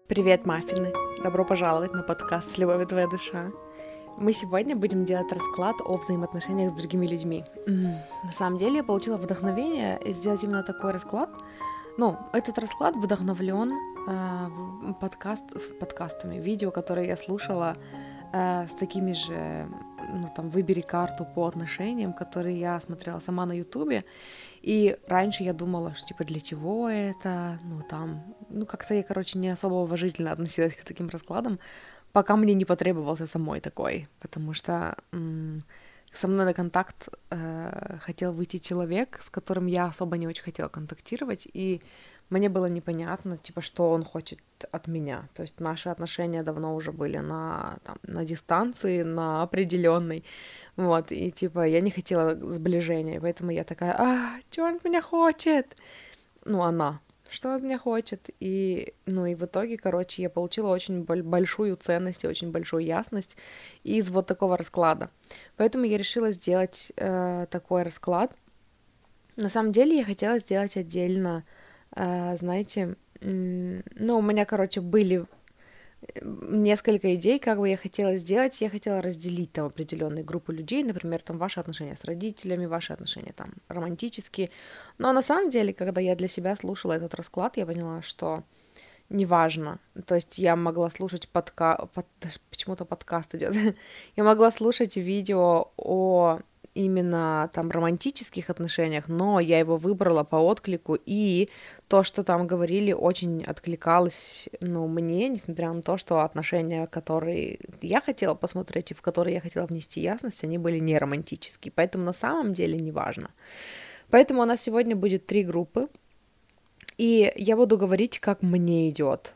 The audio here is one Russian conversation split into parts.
Привет, маффины! Добро пожаловать на подкаст «С любовью твоя душа». Мы сегодня будем делать расклад о взаимоотношениях с другими людьми. На самом деле я получила вдохновение сделать именно такой расклад. Этот расклад вдохновлен подкастами, видео, которые я слушала с такими же, выбери карту по отношениям, которые я смотрела сама на ютубе. И раньше я думала, что, для чего это, как-то я, не особо уважительно относилась к таким раскладам, пока мне не потребовался самой такой, потому что со мной на контакт хотел выйти человек, с которым я особо не очень хотела контактировать, и мне было непонятно, что он хочет от меня. То есть наши отношения давно уже были на дистанции, на определенной. И я не хотела сближения, поэтому я такая, что он от меня хочет? Она, что от меня хочет? И в итоге, я получила очень большую ценность и очень большую ясность из вот такого расклада. Поэтому я решила сделать такой расклад. На самом деле я хотела сделать отдельно, у меня, были несколько идей, как бы я хотела сделать. Я хотела разделить определенные группы людей, например, ваши отношения с родителями, ваши отношения романтические. Но на самом деле, когда я для себя слушала этот расклад, я поняла, что неважно. То есть я могла слушать почему-то подкаст идет. Я могла слушать видео о именно романтических отношениях, но я его выбрала по отклику, и то, что там говорили, очень откликалось, мне, несмотря на то, что отношения, которые я хотела посмотреть и в которые я хотела внести ясность, они были не романтические, поэтому на самом деле не важно. Поэтому у нас сегодня будет 3 группы, и я буду говорить, как мне идет.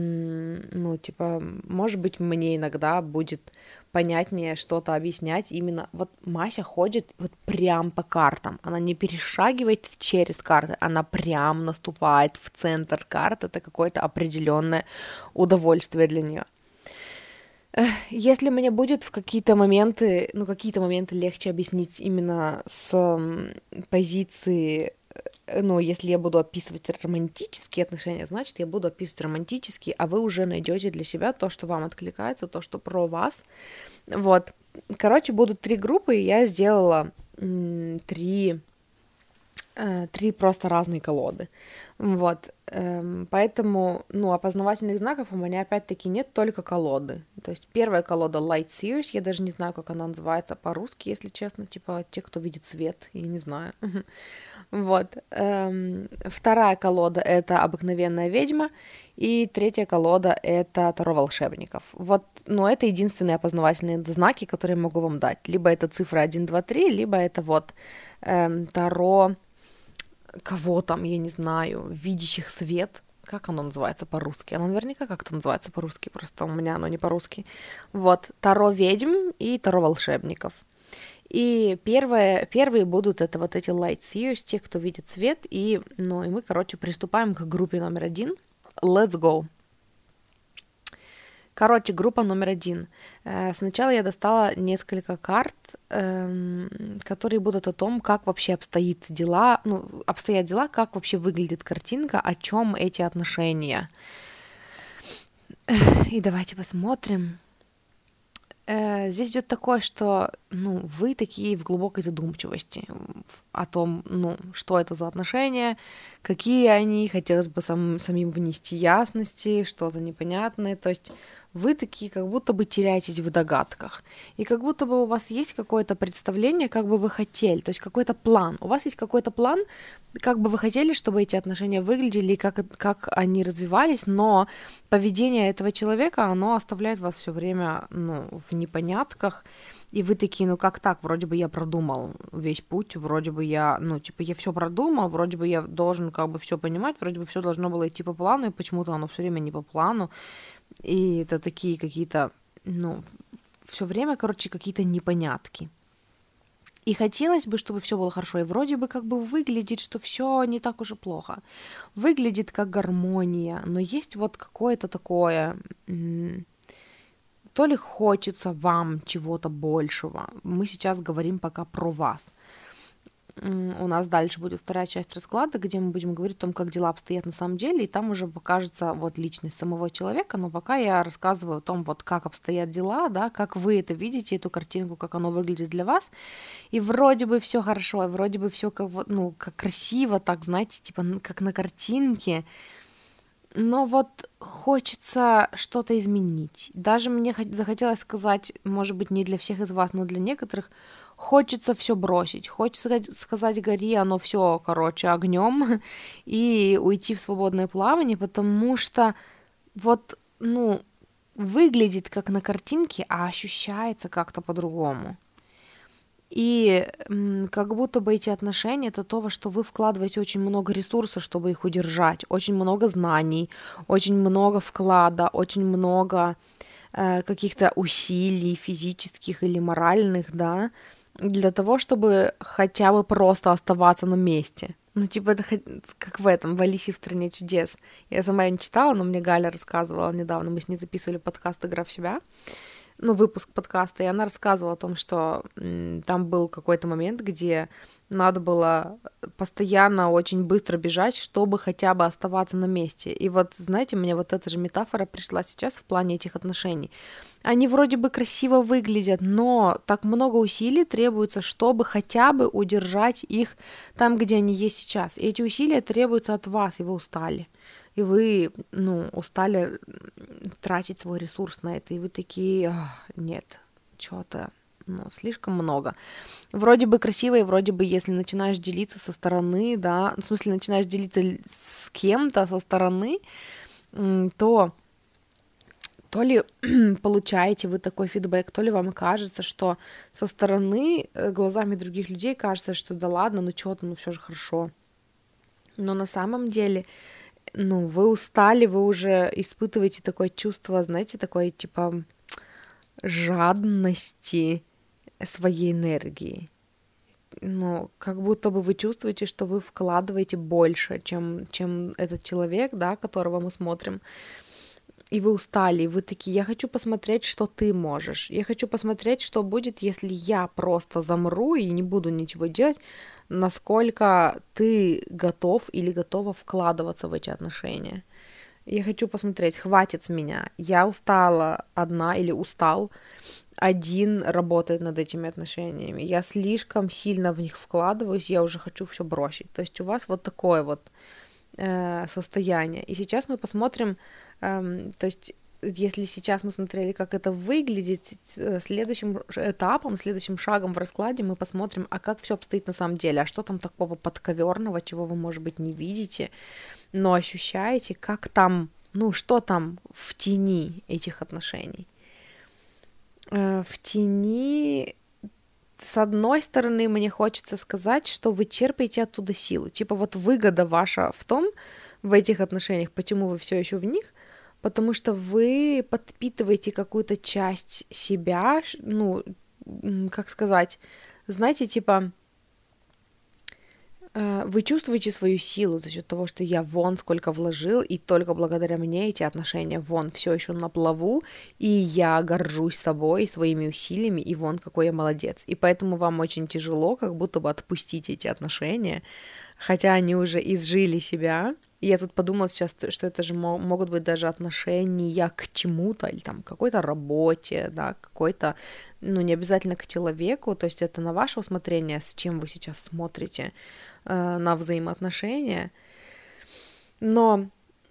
Может быть, мне иногда будет понятнее что-то объяснять. Именно Мася ходит прям по картам. Она не перешагивает через карты, она прям наступает в центр карты. Это какое-то определенное удовольствие для нее. Если мне будет в какие-то моменты легче объяснить именно с позиции, если я буду описывать романтические отношения, значит, я буду описывать романтические, а вы уже найдете для себя то, что вам откликается, то, что про вас. Будут 3 группы, и я сделала 3 просто разные колоды. Поэтому, опознавательных знаков у меня опять-таки нет, только колоды. То есть первая колода Light Seers, я даже не знаю, как она называется по-русски, если честно, те, кто видит свет, я не знаю. Вторая колода — это обыкновенная ведьма, и третья колода — это Таро волшебников. Это единственные опознавательные знаки, которые я могу вам дать. Либо это цифра 1, 2, 3, либо это Таро... кого там, я не знаю, видящих свет, как оно называется по-русски? Оно наверняка как-то называется по-русски, просто у меня оно не по-русски. Таро ведьм и Таро волшебников. И первые будут это эти Light Seers, те, кто видит свет, и мы, приступаем к группе номер 1. Let's go! Группа номер 1. Сначала я достала несколько карт, которые будут о том, как вообще обстоят дела, как вообще выглядит картинка, о чем эти отношения. И давайте посмотрим. Здесь идет такое, что, вы такие в глубокой задумчивости о том, что это за отношения, какие они, хотелось бы самим внести ясности, что-то непонятное, то есть вы такие как будто бы теряетесь в догадках, и как будто бы у вас есть какое-то представление, как бы вы хотели, то есть какой-то план, у вас есть какой-то план, как бы вы хотели, чтобы эти отношения выглядели, как они развивались, но поведение этого человека, оно оставляет вас все время, в непонятках, и вы такие, как так, вроде бы я продумал весь путь, вроде бы я, я все продумал, вроде бы я должен все понимать, вроде бы все должно было идти по плану, и почему-то оно все время не по плану, и это такие какие-то, все время, какие-то непонятки. И хотелось бы, чтобы все было хорошо, и вроде бы выглядит, что все не так уж и плохо. Выглядит как гармония, но есть какое-то такое, то ли хочется вам чего-то большего. Мы сейчас говорим пока про вас. у нас дальше будет вторая часть расклада, где мы будем говорить о том, как дела обстоят на самом деле, и там уже покажется вот личность самого человека, но пока я рассказываю о том, вот как обстоят дела, да, как вы это видите, эту картинку, как оно выглядит для вас, и вроде бы все хорошо, вроде бы все как, ну, как красиво, так, знаете, типа как на картинке, но вот хочется что-то изменить. Даже мне захотелось сказать, может быть, не для всех из вас, но для некоторых, хочется все бросить. Хочется сказать, гори оно все, короче, огнем и уйти в свободное плавание, потому что вот, ну, выглядит как на картинке, а ощущается как-то по-другому. И как будто бы эти отношения это то, во что вы вкладываете очень много ресурсов, чтобы их удержать, очень много знаний, очень много вклада, очень много каких-то усилий физических или моральных, да, для того, чтобы хотя бы просто оставаться на месте. Ну, типа, это как в этом, в «Алисе в стране чудес». Я сама не читала, но мне Галя рассказывала недавно, мы с ней записывали подкаст «Игра в себя», ну, выпуск подкаста, и она рассказывала о том, что там был какой-то момент, где надо было постоянно очень быстро бежать, чтобы хотя бы оставаться на месте. И вот, знаете, мне вот эта же метафора пришла сейчас в плане этих отношений. Они вроде бы красиво выглядят, но так много усилий требуется, чтобы хотя бы удержать их там, где они есть сейчас. И эти усилия требуются от вас, и вы устали. И вы, ну, устали тратить свой ресурс на это, и вы такие, нет, что-то, ну, слишком много. Вроде бы красиво, и вроде бы, если начинаешь делиться со стороны, да, в смысле, начинаешь делиться с кем-то со стороны, то ли получаете вы такой фидбэк, то ли вам кажется, что со стороны, глазами других людей кажется, что да ладно, ну что-то, ну все же хорошо. Но на самом деле, ну, вы устали, вы уже испытываете такое чувство, знаете, такое, типа, жадности своей энергии. Ну, как будто бы вы чувствуете, что вы вкладываете больше, чем этот человек, да, которого мы смотрим. И вы устали, и вы такие, я хочу посмотреть, что ты можешь. Я хочу посмотреть, что будет, если я просто замру и не буду ничего делать, насколько ты готов или готова вкладываться в эти отношения. Я хочу посмотреть, хватит с меня. Я устала одна или устал один работает над этими отношениями. Я слишком сильно в них вкладываюсь, я уже хочу все бросить. То есть у вас вот такое вот состояние. И сейчас мы посмотрим, то есть если сейчас мы смотрели, как это выглядит, следующим этапом, следующим шагом в раскладе мы посмотрим, а как все обстоит на самом деле, а что там такого подковерного, чего вы, может быть, не видите, но ощущаете, как там, ну, что там в тени этих отношений. В тени, с одной стороны, мне хочется сказать, что вы черпаете оттуда силу. Типа вот выгода ваша в том, в этих отношениях, почему вы все еще в них, потому что вы подпитываете какую-то часть себя, ну, как сказать, знаете, типа, вы чувствуете свою силу за счет того, что я вон сколько вложил, и только благодаря мне эти отношения вон все еще на плаву, и я горжусь собой, своими усилиями, и вон какой я молодец. И поэтому вам очень тяжело как будто бы отпустить эти отношения, хотя они уже изжили себя. И я тут подумала сейчас, что это же могут быть даже отношения к чему-то, или там какой-то работе, да, какой-то, ну, не обязательно к человеку, то есть это на ваше усмотрение, с чем вы сейчас смотрите на взаимоотношения, но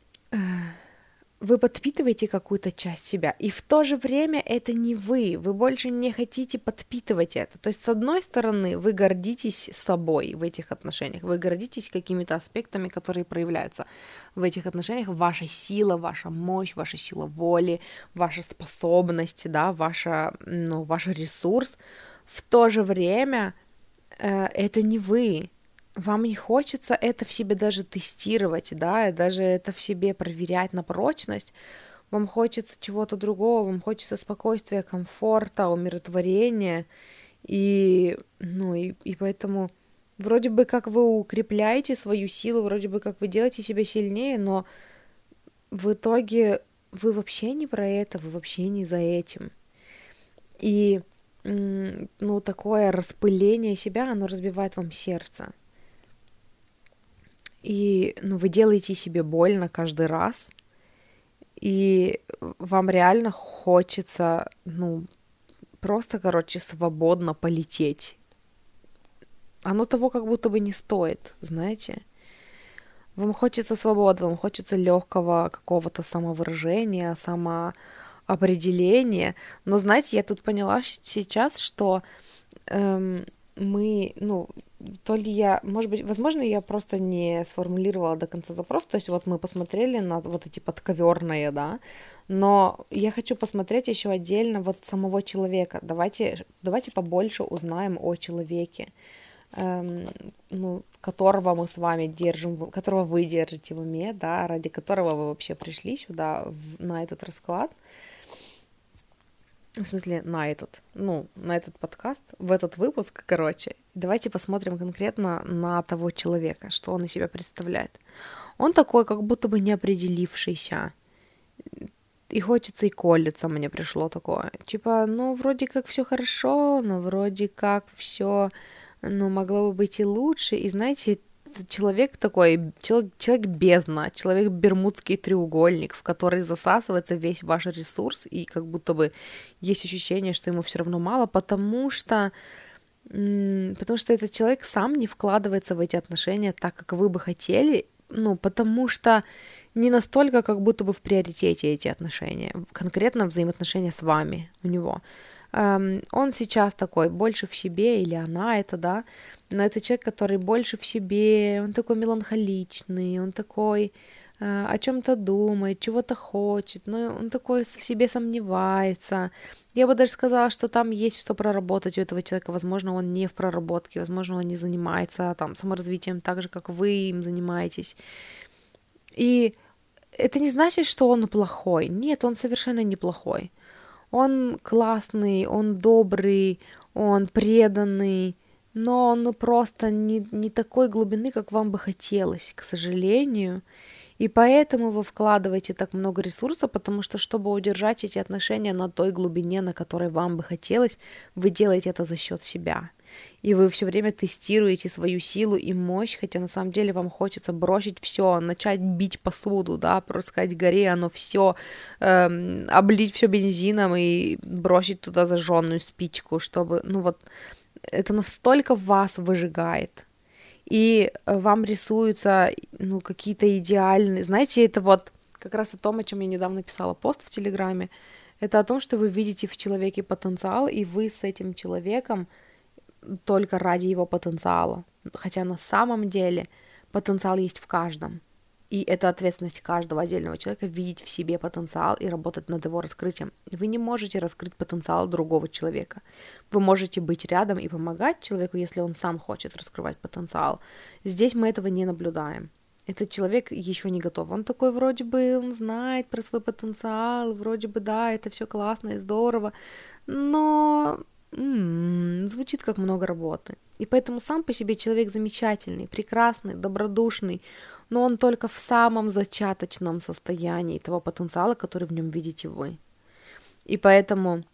вы подпитываете какую-то часть себя, и в то же время это не вы больше не хотите подпитывать это. То есть, с одной стороны, вы гордитесь собой в этих отношениях, вы гордитесь какими-то аспектами, которые проявляются в этих отношениях, ваша сила, ваша мощь, ваша сила воли, ваша способность, да, ваша, ну, ваш ресурс. В то же время это не вы. Вам не хочется это в себе даже тестировать, да, и даже это в себе проверять на прочность. Вам хочется чего-то другого, вам хочется спокойствия, комфорта, умиротворения. И, ну, и поэтому вроде бы как вы укрепляете свою силу, вроде бы как вы делаете себя сильнее, но в итоге вы вообще не про это, вы вообще не за этим. И ну, такое распыление себя, оно разбивает вам сердце. И, ну, вы делаете себе больно каждый раз, и вам реально хочется, ну, просто, короче, свободно полететь. Оно того как будто бы не стоит, знаете. Вам хочется свободы, вам хочется легкого какого-то самовыражения, самоопределения. Но, знаете, я тут поняла сейчас, что мы, ну, то ли я, может быть, возможно, я просто не сформулировала до конца запрос, то есть вот мы посмотрели на вот эти подковерные, да, но я хочу посмотреть еще отдельно вот самого человека. Давайте побольше узнаем о человеке, ну, которого мы с вами держим, которого вы держите в уме, да, ради которого вы вообще пришли сюда, на этот расклад. В смысле, на этот подкаст, в этот выпуск, короче. Давайте посмотрим конкретно на того человека, что он из себя представляет. Он такой, как будто бы неопределившийся. И хочется, и колется, мне пришло такое. Типа, ну, вроде как все хорошо, но вроде как все, ну, могло бы быть и лучше. И знаете, человек такой, человек бездна, человек бермудский треугольник, в который засасывается весь ваш ресурс, и как будто бы есть ощущение, что ему все равно мало, потому что этот человек сам не вкладывается в эти отношения так, как вы бы хотели, ну, потому что не настолько, как будто бы в приоритете эти отношения, конкретно взаимоотношения с вами у него. Он сейчас такой, больше в себе, или она это, да, но это человек, который больше в себе, он такой меланхоличный, он такой о чем-то думает, чего-то хочет, но он такой в себе сомневается. Я бы даже сказала, что там есть что проработать у этого человека. Возможно, он не в проработке, возможно, он не занимается там саморазвитием так же, как вы им занимаетесь. И это не значит, что он плохой. Нет, он совершенно неплохой. Он классный, он добрый, он преданный, но он просто не такой глубины, как вам бы хотелось, к сожалению. И поэтому вы вкладываете так много ресурсов, потому что, чтобы удержать эти отношения на той глубине, на которой вам бы хотелось, вы делаете это за счет себя. И вы все время тестируете свою силу и мощь, хотя на самом деле вам хочется бросить все, начать бить посуду, да, просто сказать, гори оно все, облить все бензином и бросить туда зажженную спичку, чтобы, ну вот, это настолько вас выжигает. И вам рисуются, ну, какие-то идеальные... Знаете, это вот как раз о том, о чем я недавно писала пост в Телеграме. Это о том, что вы видите в человеке потенциал, и вы с этим человеком только ради его потенциала. Хотя на самом деле потенциал есть в каждом. И это ответственность каждого отдельного человека видеть в себе потенциал и работать над его раскрытием. Вы не можете раскрыть потенциал другого человека. Вы можете быть рядом и помогать человеку, если он сам хочет раскрывать потенциал. Здесь мы этого не наблюдаем. Этот человек еще не готов. Он такой вроде бы, он знает про свой потенциал, вроде бы да, это все классно и здорово, но звучит как много работы. И поэтому сам по себе человек замечательный, прекрасный, добродушный, но он только в самом зачаточном состоянии того потенциала, который в нем видите вы. И поэтому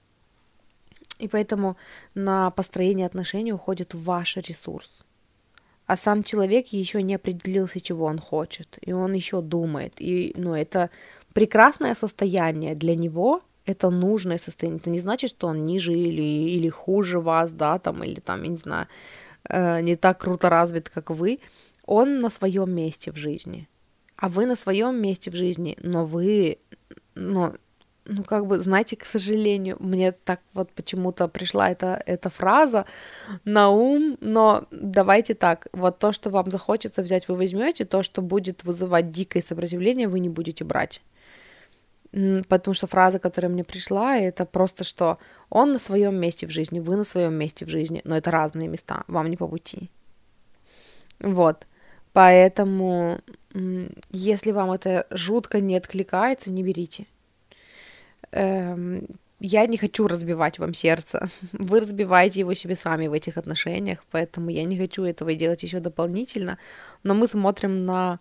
на построение отношений уходит ваш ресурс. А сам человек еще не определился, чего он хочет, и он еще думает. И, ну, это прекрасное состояние для него, это нужное состояние. Это не значит, что он ниже или хуже вас, да, там, или там, я не знаю, не так круто развит, как вы. Он на своем месте в жизни. А вы на своем месте в жизни, но вы, ну, как бы, знаете, к сожалению, мне так вот почему-то пришла эта фраза на ум, но давайте так, вот то, что вам захочется взять, вы возьмете, то, что будет вызывать дикое сопротивление, вы не будете брать. Потому что фраза, которая мне пришла, это просто, что он на своем месте в жизни, вы на своем месте в жизни, но это разные места, вам не по пути. Вот, поэтому, если вам это жутко не откликается, не берите. Я не хочу разбивать вам сердце. Вы разбиваете его себе сами в этих отношениях, поэтому я не хочу этого делать еще дополнительно. Но мы смотрим на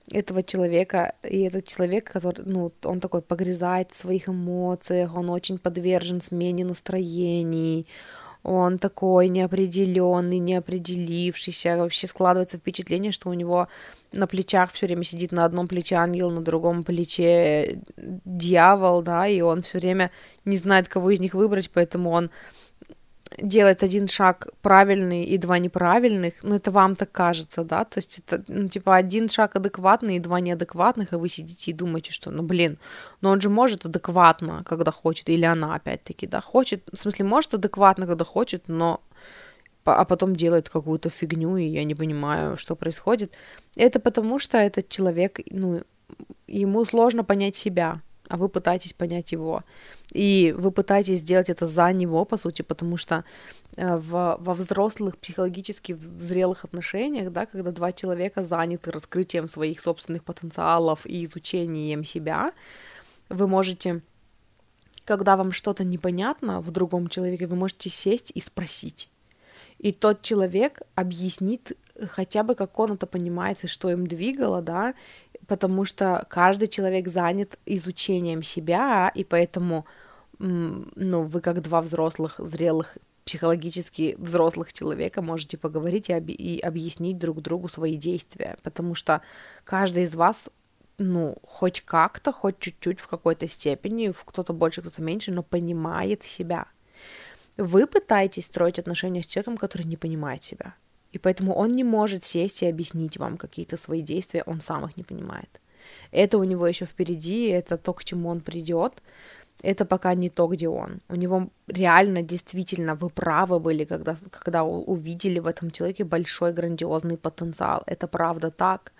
этого человека, и этот человек, который, ну, он такой погрязает в своих эмоциях, он очень подвержен смене настроений, он такой неопределенный, неопределившийся, вообще складывается впечатление, что у него на плечах все время сидит на одном плече ангел, на другом плече дьявол, да, и он все время не знает, кого из них выбрать, поэтому он делает один шаг правильный и два неправильных, ну, это вам так кажется, да, то есть это, ну, типа, один шаг адекватный и два неадекватных, и вы сидите и думаете, что, ну, блин, но он же может адекватно, когда хочет, или она, опять-таки, да, хочет, в смысле, может адекватно, когда хочет, но а потом делает какую-то фигню, и я не понимаю, что происходит. Это потому, что этот человек, ну, ему сложно понять себя, а вы пытаетесь понять его. И вы пытаетесь сделать это за него, по сути, потому что во взрослых, психологически зрелых отношениях, да, когда два человека заняты раскрытием своих собственных потенциалов и изучением себя, вы можете, когда вам что-то непонятно в другом человеке, вы можете сесть и спросить. И тот человек объяснит хотя бы, как он это понимает и что им двигало, да, потому что каждый человек занят изучением себя, и поэтому, ну, вы как два взрослых, зрелых, психологически взрослых человека можете поговорить и объяснить друг другу свои действия, потому что каждый из вас, ну, хоть как-то, хоть чуть-чуть в какой-то степени, кто-то больше, кто-то меньше, но понимает себя. Вы пытаетесь строить отношения с человеком, который не понимает себя. И поэтому он не может сесть и объяснить вам какие-то свои действия, он сам их не понимает. Это у него еще впереди, это то, к чему он придет. Это пока не то, где он. У него реально, действительно, вы правы были, когда увидели в этом человеке большой, грандиозный потенциал. Это правда так.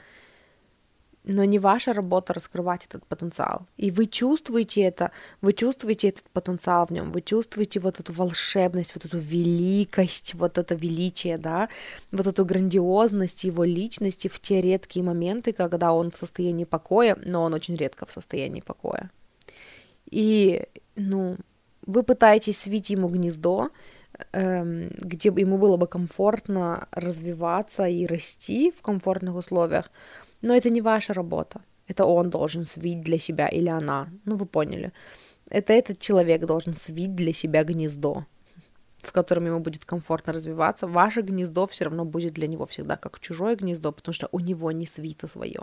Но не ваша работа раскрывать этот потенциал. И вы чувствуете этот потенциал в нем, вы чувствуете вот эту волшебность, вот эту великость, вот это величие, да, вот эту грандиозность его личности в те редкие моменты, когда он в состоянии покоя, но он очень редко в состоянии покоя. И, ну, вы пытаетесь свить ему гнездо, где ему было бы комфортно развиваться и расти в комфортных условиях, но это не ваша работа. Это он должен свить для себя или она. Ну, вы поняли. Это этот человек должен свить для себя гнездо, в котором ему будет комфортно развиваться. Ваше гнездо все равно будет для него всегда как чужое гнездо, потому что у него не свито свое.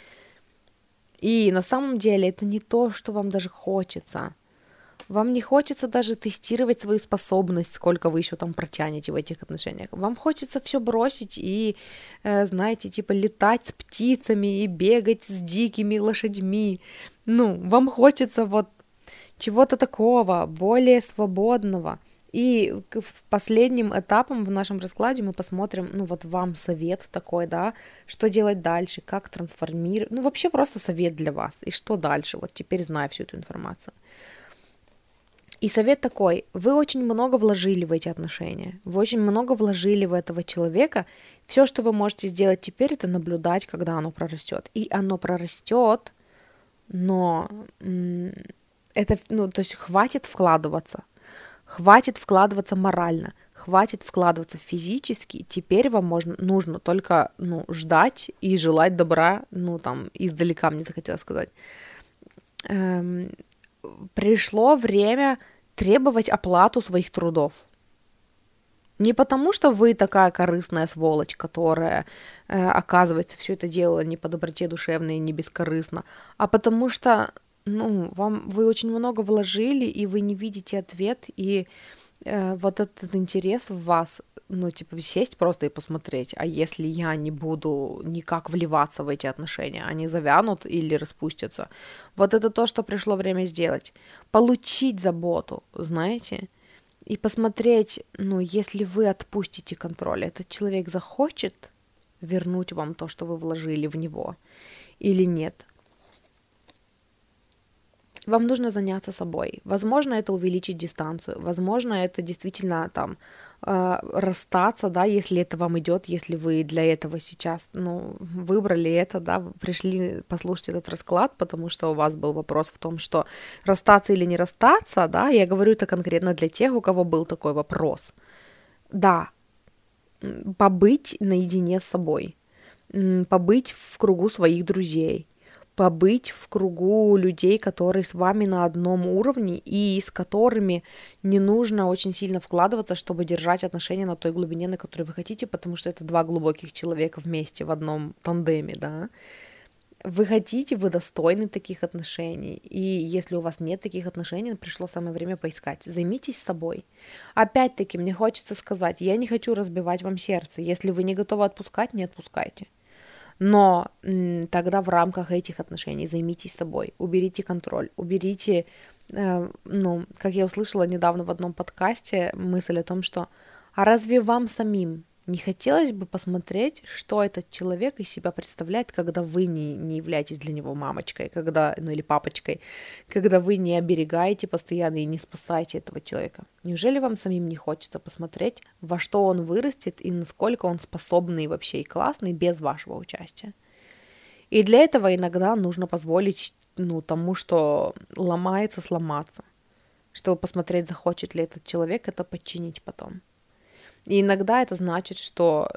И на самом деле это не то, что вам даже хочется. Вам не хочется даже тестировать свою способность, сколько вы еще там протянете в этих отношениях. Вам хочется все бросить и, знаете, типа летать с птицами и бегать с дикими лошадьми. Ну, вам хочется вот чего-то такого, более свободного. И последним этапом в нашем раскладе мы посмотрим, ну вот вам совет такой, да, что делать дальше, как трансформировать, ну вообще просто совет для вас, и что дальше, вот теперь зная всю эту информацию. И совет такой, вы очень много вложили в эти отношения, вы очень много вложили в этого человека, все, что вы можете сделать теперь, это наблюдать, когда оно прорастет. И оно прорастет, но это, ну, то есть хватит вкладываться морально, хватит вкладываться физически, теперь вам нужно только, ну, ждать и желать добра, ну, там, издалека мне захотелось сказать. Пришло время требовать оплату своих трудов. Не потому, что вы такая корыстная сволочь, которая, оказывается, все это делала не по доброте душевной и не бескорыстно, а потому что, ну, вы очень много вложили, и вы не видите ответ, и вот этот интерес в вас, ну, типа, сесть просто и посмотреть, а если я не буду никак вливаться в эти отношения, они завянут или распустятся. Вот это то, что пришло время сделать. Получить заботу, знаете, и посмотреть, ну, если вы отпустите контроль, этот человек захочет вернуть вам то, что вы вложили в него, или нет. Вам нужно заняться собой. Возможно, это увеличить дистанцию. Возможно, это действительно там расстаться, да, если это вам идет, если вы для этого сейчас, ну, выбрали это, да, пришли послушать этот расклад, потому что у вас был вопрос в том, что расстаться или не расстаться, да, я говорю это конкретно для тех, у кого был такой вопрос. Да, побыть наедине с собой. побыть в кругу своих друзей, побыть в кругу людей, которые с вами на одном уровне и с которыми не нужно очень сильно вкладываться, чтобы держать отношения на той глубине, на которой вы хотите, потому что это два глубоких человека вместе в одном тандеме, да. Вы хотите, вы достойны таких отношений, и если у вас нет таких отношений, пришло самое время поискать. Займитесь собой. Опять-таки, мне хочется сказать, я не хочу разбивать вам сердце. Если вы не готовы отпускать, не отпускайте. Но тогда в рамках этих отношений займитесь собой, уберите контроль, уберите, как я услышала недавно в одном подкасте, мысль о том, что а разве вам самим не хотелось бы посмотреть, что этот человек из себя представляет, когда вы не являетесь для него мамочкой, когда, или папочкой, когда вы не оберегаете постоянно и не спасаете этого человека? Неужели вам самим не хочется посмотреть, во что он вырастет и насколько он способный вообще и классный без вашего участия? И для этого иногда нужно позволить, тому, что ломается, сломаться, чтобы посмотреть, захочет ли этот человек это подчинить потом. И иногда это значит, что,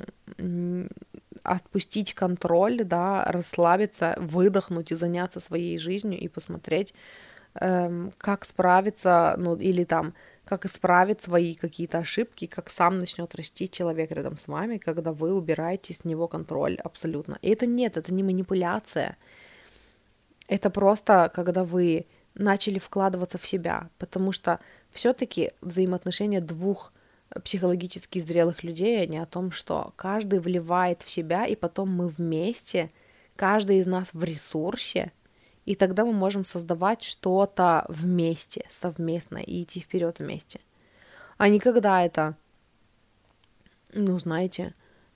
отпустить контроль, да, расслабиться, выдохнуть и заняться своей жизнью и посмотреть, как справиться, или как исправить свои какие-то ошибки, как сам начнет расти человек рядом с вами, когда вы убираете с него контроль абсолютно. И это не манипуляция. Это просто, когда вы начали вкладываться в себя, потому что все-таки взаимоотношения двух психологически зрелых людей, они о том, что каждый вливает в себя, и потом мы вместе, каждый из нас в ресурсе, и тогда мы можем создавать что-то вместе, совместно, и идти вперед вместе. А не когда это, знаете,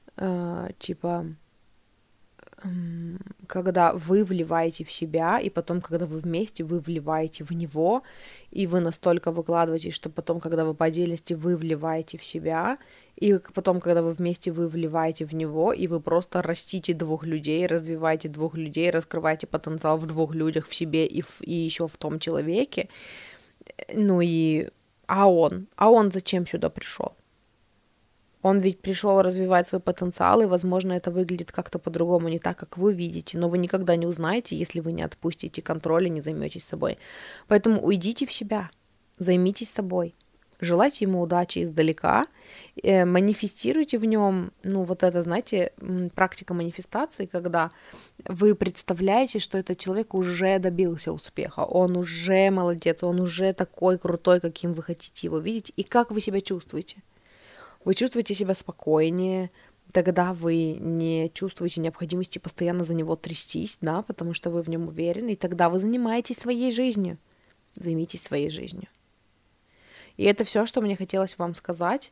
когда вы вливаете в себя, и потом, когда вы вместе, вы вливаете в него, и вы настолько выкладываетесь, что потом, когда вы по отдельности, вы вливаете в себя, и потом, когда вы вместе, вы вливаете в него, и вы просто растите двух людей, развиваете двух людей, раскрываете потенциал в двух людях, в себе и еще в том человеке. А он зачем сюда пришел? Он ведь пришел развивать свой потенциал, и, возможно, это выглядит как-то по-другому, не так, как вы видите, но вы никогда не узнаете, если вы не отпустите контроль и не займетесь собой. Поэтому уйдите в себя, займитесь собой, желайте ему удачи издалека, манифестируйте в нем, практика манифестации, когда вы представляете, что этот человек уже добился успеха, он уже молодец, он уже такой крутой, каким вы хотите его видеть, и как вы себя чувствуете. Вы чувствуете себя спокойнее, тогда вы не чувствуете необходимости постоянно за него трястись, да, потому что вы в нем уверены, и тогда вы занимаетесь своей жизнью. Займитесь своей жизнью. И это все, что мне хотелось вам сказать.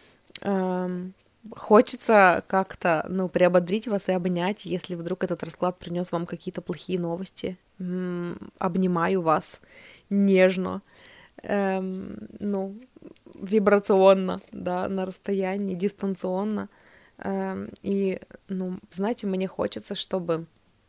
Хочется как-то, приободрить вас и обнять, если вдруг этот расклад принес вам какие-то плохие новости. Обнимаю вас нежно. Вибрационно, да, на расстоянии, дистанционно. И, знаете, мне хочется, чтобы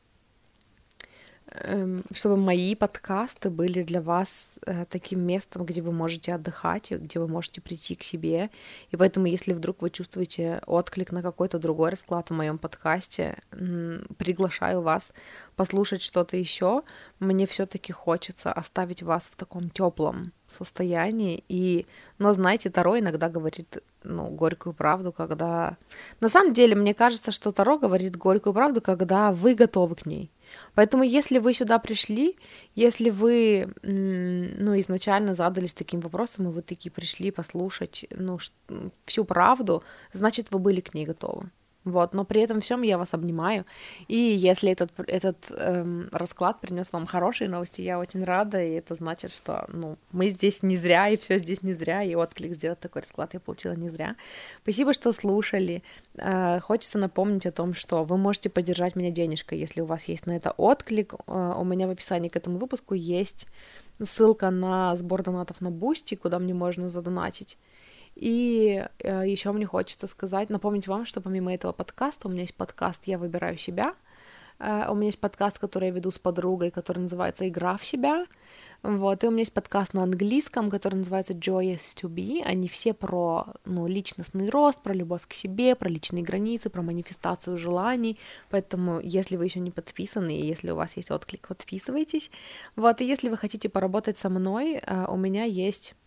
мои подкасты были для вас таким местом, где вы можете отдыхать, где вы можете прийти к себе. И поэтому, если вдруг вы чувствуете отклик на какой-то другой расклад в моем подкасте, приглашаю вас послушать что-то еще. Мне все-таки хочется оставить вас в таком теплом состоянии. Но знаете, Таро иногда говорит, горькую правду, когда... На самом деле, мне кажется, что Таро говорит горькую правду, когда вы готовы к ней. Поэтому, если вы сюда пришли, если вы, изначально задались таким вопросом, и вы такие пришли послушать, всю правду, значит, вы были к ней готовы. Но при этом всем я вас обнимаю, и если этот расклад принес вам хорошие новости, я очень рада, и это значит, что, мы здесь не зря, и все здесь не зря, и отклик сделать такой расклад я получила не зря. Спасибо, что слушали. Хочется напомнить о том, что вы можете поддержать меня денежкой, если у вас есть на это отклик. У меня в описании к этому выпуску есть ссылка на сбор донатов на Boosty, куда мне можно задонатить. И еще мне хочется напомнить вам, что помимо этого подкаста, у меня есть подкаст «Я выбираю себя», у меня есть подкаст, который я веду с подругой, который называется «Игра в себя». Вот, и у меня есть подкаст на английском, который называется Joyous to Be. Они все про, личностный рост, про любовь к себе, про личные границы, про манифестацию желаний. Поэтому, если вы еще не подписаны, и если у вас есть отклик, подписывайтесь. Вот, и если вы хотите поработать со мной, у меня есть...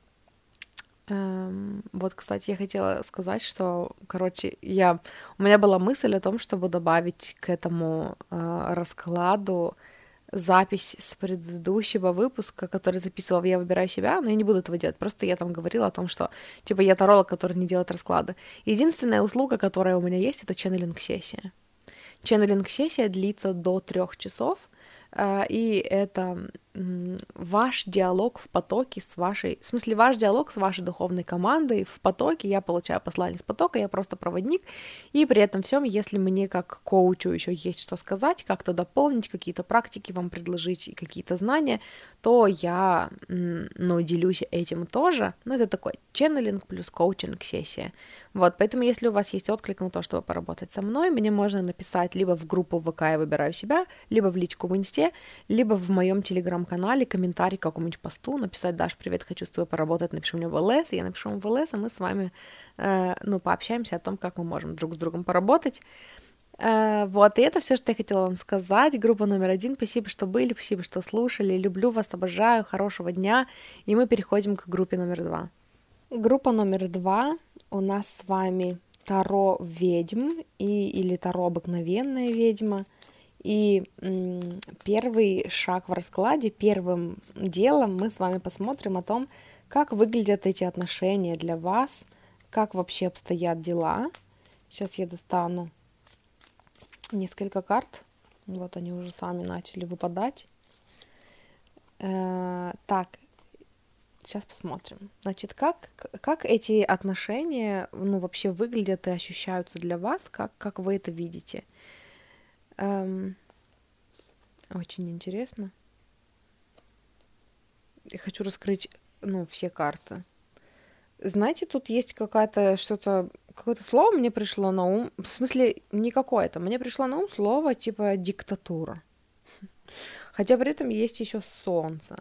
Вот, кстати, я хотела сказать, что, короче, у меня была мысль о том, чтобы добавить к этому раскладу запись с предыдущего выпуска, который записывала «Я выбираю себя», но я не буду этого делать, просто я там говорила о том, что, типа, я таролог, который не делает расклады. Единственная услуга, которая у меня есть, это ченнелинг-сессия. Ченнелинг-сессия длится до 3 часов, и это ваш диалог в потоке с вашей... В смысле, ваш диалог с вашей духовной командой в потоке. Я получаю послание с потока, я просто проводник, и при этом всем, если мне как коучу еще есть что сказать, как-то дополнить, какие-то практики вам предложить и какие-то знания, то я, делюсь этим тоже. Это такой ченнелинг плюс коучинг-сессия. Вот, поэтому если у вас есть отклик на то, чтобы поработать со мной, мне можно написать либо в группу в ВК «Я выбираю себя», либо в личку в Инсте, либо в моем телеграм-канале комментарий к какому-нибудь посту, написать: «Даш, привет, хочу с тобой поработать, напиши мне в ЛС», я напишу вам в ЛС, и мы с вами, пообщаемся о том, как мы можем друг с другом поработать. Вот, и это все, что я хотела вам сказать. Группа номер 1, спасибо, что были, спасибо, что слушали, люблю вас, обожаю, хорошего дня, и мы переходим к группе номер 2. Группа номер 2 у нас с вами Таро ведьм или Таро обыкновенная ведьма. И первый шаг в раскладе, первым делом мы с вами посмотрим о том, как выглядят эти отношения для вас, как вообще обстоят дела. Сейчас я достану несколько карт. Вот они уже сами начали выпадать. Так, сейчас посмотрим. Значит, как эти отношения, вообще выглядят и ощущаются для вас, как вы это видите. Очень интересно. Я хочу раскрыть, все карты. Знаете, тут есть какое-то слово мне пришло на ум. В смысле, не какое-то. Мне пришло на ум слово типа диктатура. Хотя при этом есть еще солнце.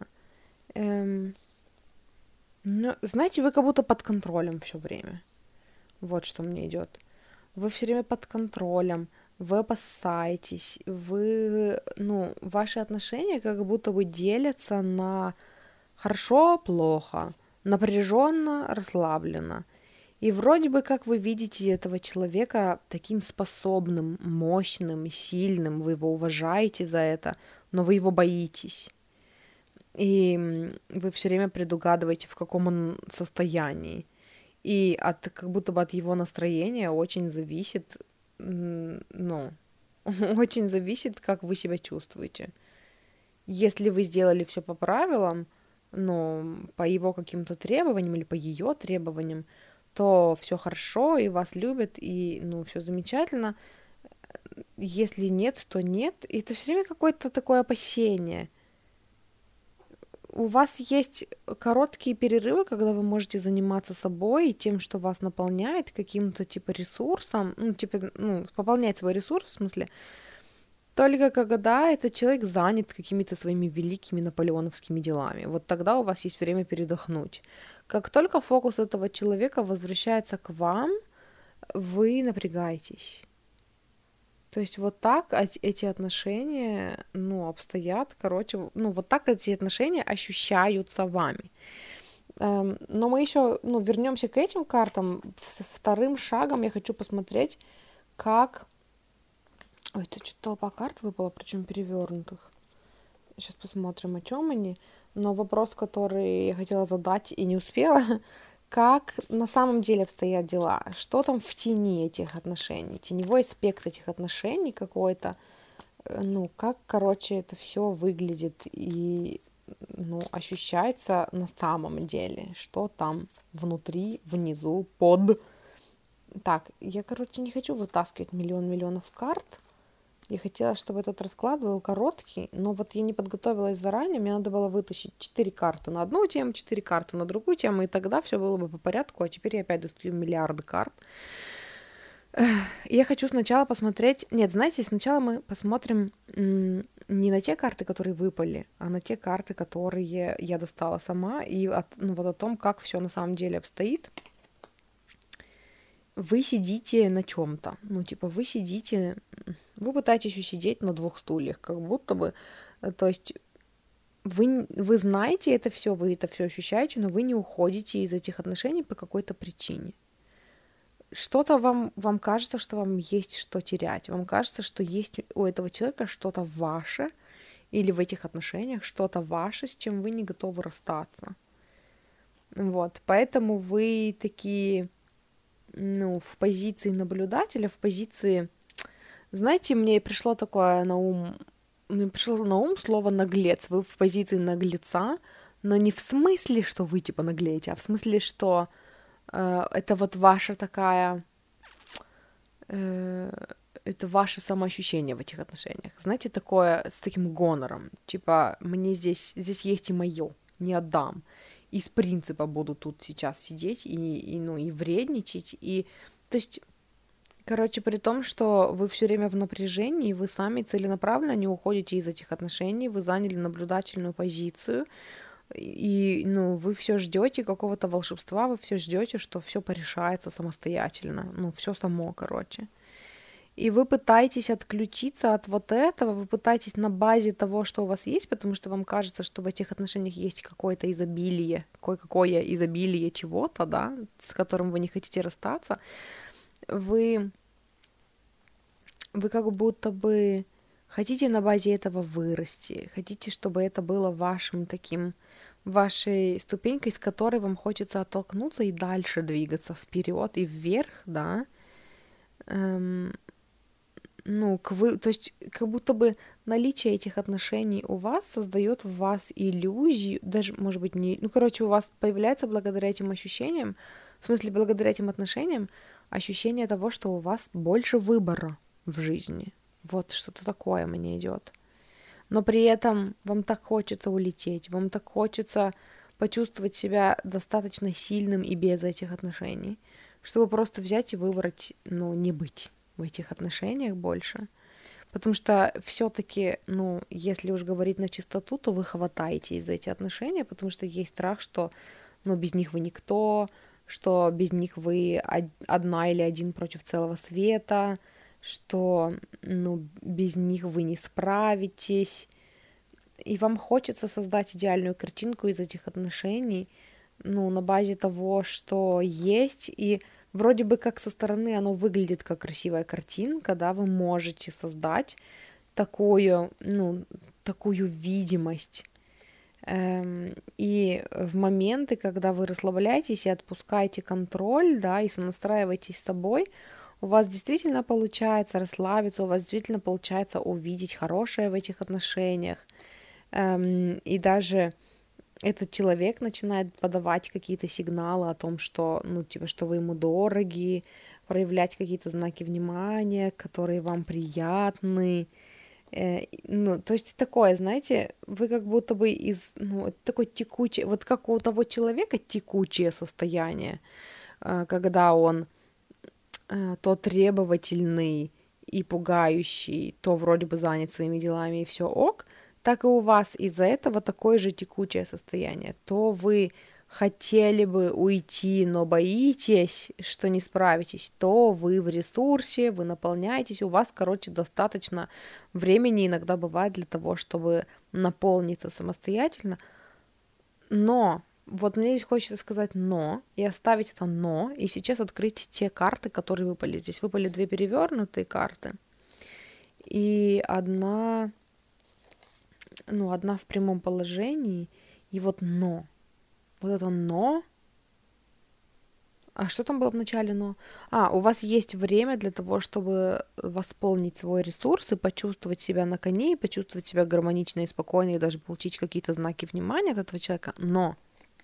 Знаете, вы как будто под контролем все время. Вот что мне идет. Вы все время под контролем. Вы опасаетесь, ваши отношения как будто бы делятся на хорошо-плохо, напряженно-расслабленно. И вроде бы как вы видите этого человека таким способным, мощным, сильным, вы его уважаете за это, но вы его боитесь. И вы все время предугадываете, в каком он состоянии. И как будто бы от его настроения очень зависит, очень зависит, как вы себя чувствуете. Если вы сделали все по правилам, по его каким-то требованиям или по ее требованиям, то все хорошо, и вас любят, и, все замечательно. Если нет, то нет. И это все время какое-то такое опасение. У вас есть короткие перерывы, когда вы можете заниматься собой и тем, что вас наполняет, каким-то типа ресурсом, пополнять свой ресурс, в смысле, только когда этот человек занят какими-то своими великими наполеоновскими делами. Вот тогда у вас есть время передохнуть. Как только фокус этого человека возвращается к вам, вы напрягаетесь. То есть вот так эти отношения, обстоят, вот так эти отношения ощущаются вами. Но мы еще, вернемся к этим картам. Вторым шагом я хочу посмотреть, как... Ой, тут что-то толпа карт выпала, причем перевернутых. Сейчас посмотрим, о чем они. Но вопрос, который я хотела задать и не успела, как на самом деле обстоят дела, что там в тени этих отношений, теневой аспект этих отношений какой-то, как, это все выглядит и, ощущается на самом деле, что там внутри, внизу, под. Так, я, не хочу вытаскивать миллионов карт. Я хотела, чтобы этот расклад был короткий, но вот я не подготовилась заранее, мне надо было вытащить 4 карты на одну тему, 4 карты на другую тему, и тогда все было бы по порядку, а теперь я опять достаю миллиарды карт. Я хочу сначала посмотреть... Нет, знаете, сначала мы посмотрим не на те карты, которые выпали, а на те карты, которые я достала сама, и вот о том, как все на самом деле обстоит. Вы сидите на чем-то, ну, типа, вы пытаетесь усидеть на двух стульях, как будто бы, то есть вы знаете это все, вы это все ощущаете, но вы не уходите из этих отношений по какой-то причине. Что-то вам кажется, что вам есть что терять, вам кажется, что есть у этого человека что-то ваше, или в этих отношениях что-то ваше, с чем вы не готовы расстаться. Вот, поэтому вы такие, ну, в позиции наблюдателя, в позиции... Знаете, мне пришло на ум слово «наглец». Вы в позиции наглеца, но не в смысле, что вы, типа, наглеете, а в смысле, что это вот ваша такая... это ваше самоощущение в этих отношениях. Знаете, такое с таким гонором. Типа, мне здесь есть и мое, не отдам. Из принципа буду тут сейчас сидеть ну, и вредничать. И, то есть, короче, при том, что вы все время в напряжении, вы сами целенаправленно не уходите из этих отношений, вы заняли наблюдательную позицию, и, ну, вы все ждете какого-то волшебства, вы все ждете, что все порешается самостоятельно, ну, все само, короче. И вы пытаетесь отключиться от вот этого, вы пытаетесь на базе того, что у вас есть, потому что вам кажется, что в этих отношениях есть какое-то изобилие, кое-какое изобилие чего-то, да, с которым вы не хотите расстаться, вы как будто бы хотите на базе этого вырасти, хотите, чтобы это было вашим таким, вашей ступенькой, с которой вам хочется оттолкнуться и дальше двигаться вперед и вверх, да, ну, то есть как будто бы наличие этих отношений у вас создает в вас иллюзию, даже, может быть, не... Ну, короче, у вас появляется благодаря этим ощущениям, в смысле, благодаря этим отношениям, ощущение того, что у вас больше выбора в жизни. Вот что-то такое мне идет. Но при этом вам так хочется улететь, вам так хочется почувствовать себя достаточно сильным и без этих отношений, чтобы просто взять и выбрать, ну, не быть в этих отношениях больше. Потому что все-таки, ну, если уж говорить на чистоту, то вы хватаетесь за эти отношения, потому что есть страх, что, ну, без них вы никто, что без них вы одна или один против целого света, что, ну, без них вы не справитесь. И вам хочется создать идеальную картинку из этих отношений, ну, на базе того, что есть, и вроде бы как со стороны оно выглядит как красивая картинка, да, вы можете создать такую, ну, такую видимость. И в моменты, когда вы расслабляетесь и отпускаете контроль, да, и сонастраиваетесь с собой, у вас действительно получается расслабиться, у вас действительно получается увидеть хорошее в этих отношениях. И даже этот человек начинает подавать какие-то сигналы о том, что, ну, типа, что вы ему дороги, проявлять какие-то знаки внимания, которые вам приятны. Ну, то есть такое, знаете, вы как будто бы ну, такой текучий, вот как у того человека текучее состояние, когда он то требовательный и пугающий, то вроде бы занят своими делами и все ок, так и у вас из-за этого такое же текучее состояние. То вы хотели бы уйти, но боитесь, что не справитесь, то вы в ресурсе, вы наполняетесь, у вас, короче, достаточно времени иногда бывает для того, чтобы наполниться самостоятельно. Но вот мне здесь хочется сказать «но» и оставить это «но», и сейчас открыть те карты, которые выпали. Здесь выпали 2 перевернутые карты, и одна в прямом положении, и вот «но». Вот это «но». А что там было в начале «но»? У вас есть время для того, чтобы восполнить свой ресурс и почувствовать себя на коне, и почувствовать себя гармонично и спокойно, и даже получить какие-то знаки внимания от этого человека, но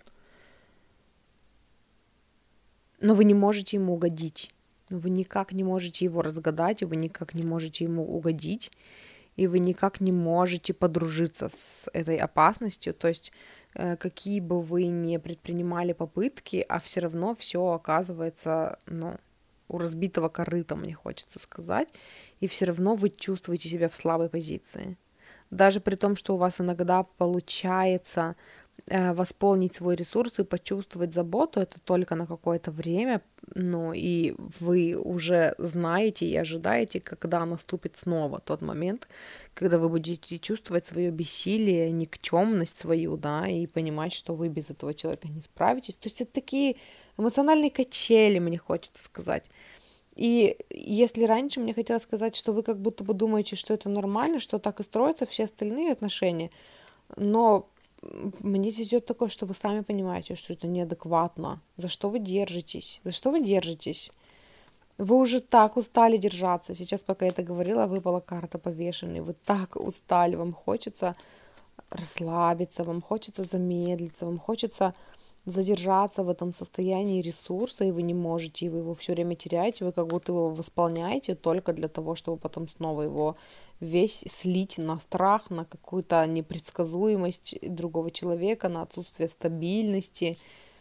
вы не можете ему угодить. Вы никак не можете его разгадать, и вы никак не можете ему угодить, и вы никак не можете подружиться с этой опасностью. То есть какие бы вы ни предпринимали попытки, а все равно все оказывается, ну, у разбитого корыта, мне хочется сказать, и все равно вы чувствуете себя в слабой позиции. Даже при том, что у вас иногда получается восполнить свой ресурс и почувствовать заботу, это только на какое-то время, ну, и вы уже знаете и ожидаете, когда наступит снова тот момент, когда вы будете чувствовать свое бессилие, никчемность свою, да, и понимать, что вы без этого человека не справитесь. То есть это такие эмоциональные качели, мне хочется сказать. И если раньше мне хотелось сказать, что вы как будто бы думаете, что это нормально, что так и строятся все остальные отношения, но мне здесь идет такое, что вы сами понимаете, что это неадекватно. За что вы держитесь? За что вы держитесь? Вы уже так устали держаться. Сейчас, пока я это говорила, выпала карта повешенной. Вы так устали, вам хочется расслабиться, вам хочется замедлиться, вам хочется задержаться в этом состоянии ресурса, и вы не можете, и вы его все время теряете, вы как будто его восполняете только для того, чтобы потом снова его весь слить на страх, на какую-то непредсказуемость другого человека, на отсутствие стабильности.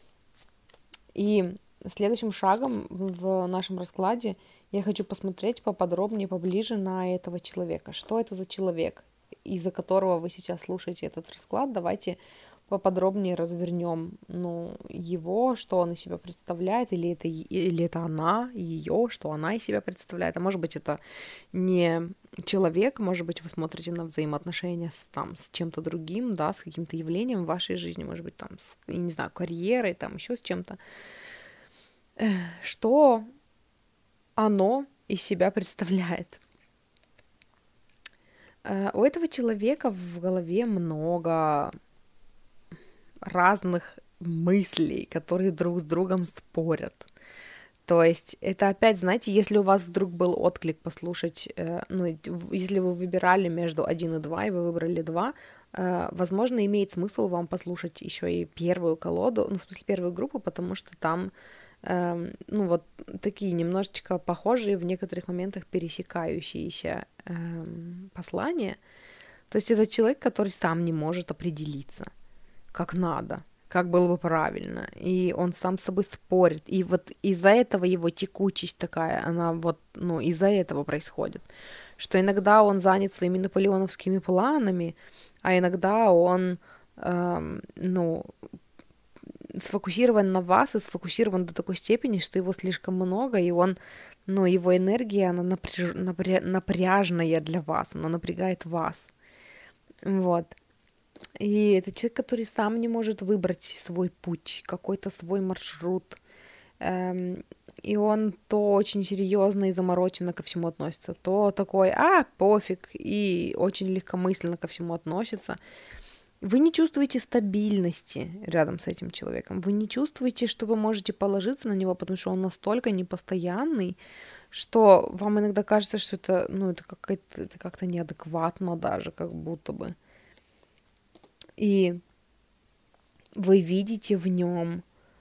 И следующим шагом в нашем раскладе я хочу посмотреть поподробнее, поближе на этого человека. Что это за человек, из-за которого вы сейчас слушаете этот расклад? Давайте поподробнее развернем, его, что он из себя представляет, или это она, ее, что она из себя представляет. А может быть, это не человек, может быть, вы смотрите на взаимоотношения с чем-то другим, да, с каким-то явлением в вашей жизни, может быть, с, я не знаю, карьерой, еще с чем-то. Что оно из себя представляет? У этого человека в голове много разных мыслей, которые друг с другом спорят. То есть это опять, знаете, если у вас вдруг был отклик послушать, если вы выбирали между 1 и 2, и вы выбрали 2, возможно, имеет смысл вам послушать еще и первую колоду, в смысле первую группу, потому что там, такие немножечко похожие, в некоторых моментах пересекающиеся послания. То есть это человек, который сам не может определиться, как надо, как было бы правильно, и он сам с собой спорит, и вот из-за этого его текучесть такая, она из-за этого происходит, что иногда он занят своими наполеоновскими планами, а иногда он, сфокусирован на вас и сфокусирован до такой степени, что его слишком много, и он, его энергия, она напряжная для вас, она напрягает вас, вот. И это человек, который сам не может выбрать свой путь, какой-то свой маршрут. И он то очень серьезно и замороченно ко всему относится, то такой, пофиг, и очень легкомысленно ко всему относится. Вы не чувствуете стабильности рядом с этим человеком. Вы не чувствуете, что вы можете положиться на него, потому что он настолько непостоянный, что вам иногда кажется, что это как-то неадекватно даже, как будто бы. И вы видите в нем,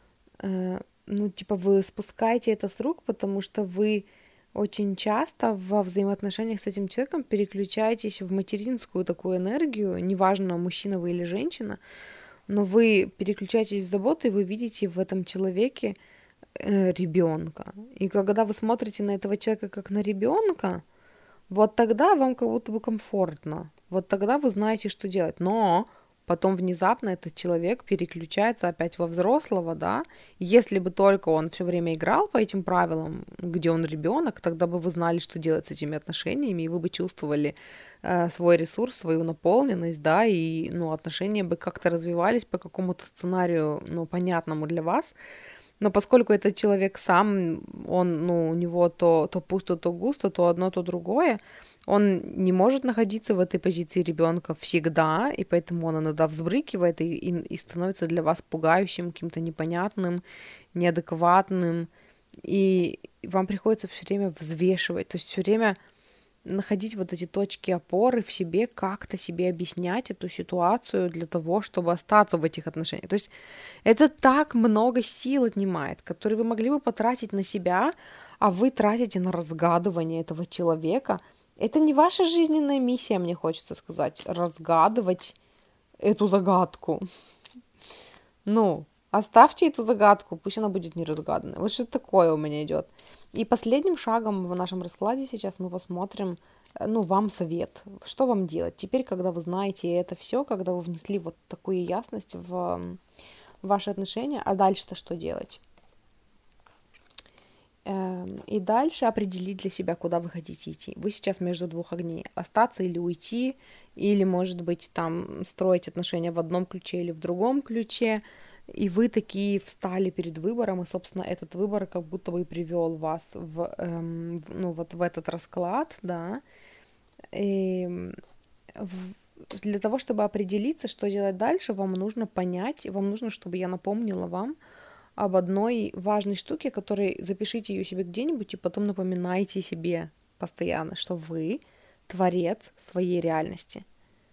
вы спускаете это с рук, потому что вы очень часто во взаимоотношениях с этим человеком переключаетесь в материнскую такую энергию, неважно, мужчина вы или женщина, но вы переключаетесь в заботу, и вы видите в этом человеке ребенка. И когда вы смотрите на этого человека как на ребенка, вот тогда вам как будто бы комфортно, вот тогда вы знаете, что делать. Но потом внезапно этот человек переключается опять во взрослого, да. Если бы только он все время играл по этим правилам, где он ребенок, тогда бы вы знали, что делать с этими отношениями, и вы бы чувствовали свой ресурс, свою наполненность, да, и отношения бы как-то развивались по какому-то сценарию, понятному для вас. Но поскольку этот человек сам, он, у него то пусто, то густо, то одно, то другое, он не может находиться в этой позиции ребенка всегда, и поэтому он иногда взбрыкивает и становится для вас пугающим, каким-то непонятным, неадекватным, и вам приходится все время взвешивать, то есть все время находить вот эти точки опоры в себе, как-то себе объяснять эту ситуацию для того, чтобы остаться в этих отношениях. То есть это так много сил отнимает, которые вы могли бы потратить на себя, а вы тратите на разгадывание этого человека. Это не ваша жизненная миссия, мне хочется сказать, разгадывать эту загадку. Оставьте эту загадку, пусть она будет неразгаданной. Вот что такое у меня идет. И последним шагом в нашем раскладе сейчас мы посмотрим, вам совет, что вам делать. Теперь, когда вы знаете это все, когда вы внесли вот такую ясность в ваши отношения, а дальше-то что делать? И дальше определить для себя, куда вы хотите идти. Вы сейчас между двух огней. Остаться или уйти, или, может быть, там строить отношения в одном ключе или в другом ключе. И вы такие встали перед выбором, и, собственно, этот выбор как будто бы привел вас вот в этот расклад, да. И для того, чтобы определиться, что делать дальше, вам нужно понять, вам нужно, чтобы я напомнила вам об одной важной штуке, которой запишите ее себе где-нибудь и потом напоминайте себе постоянно, что вы творец своей реальности.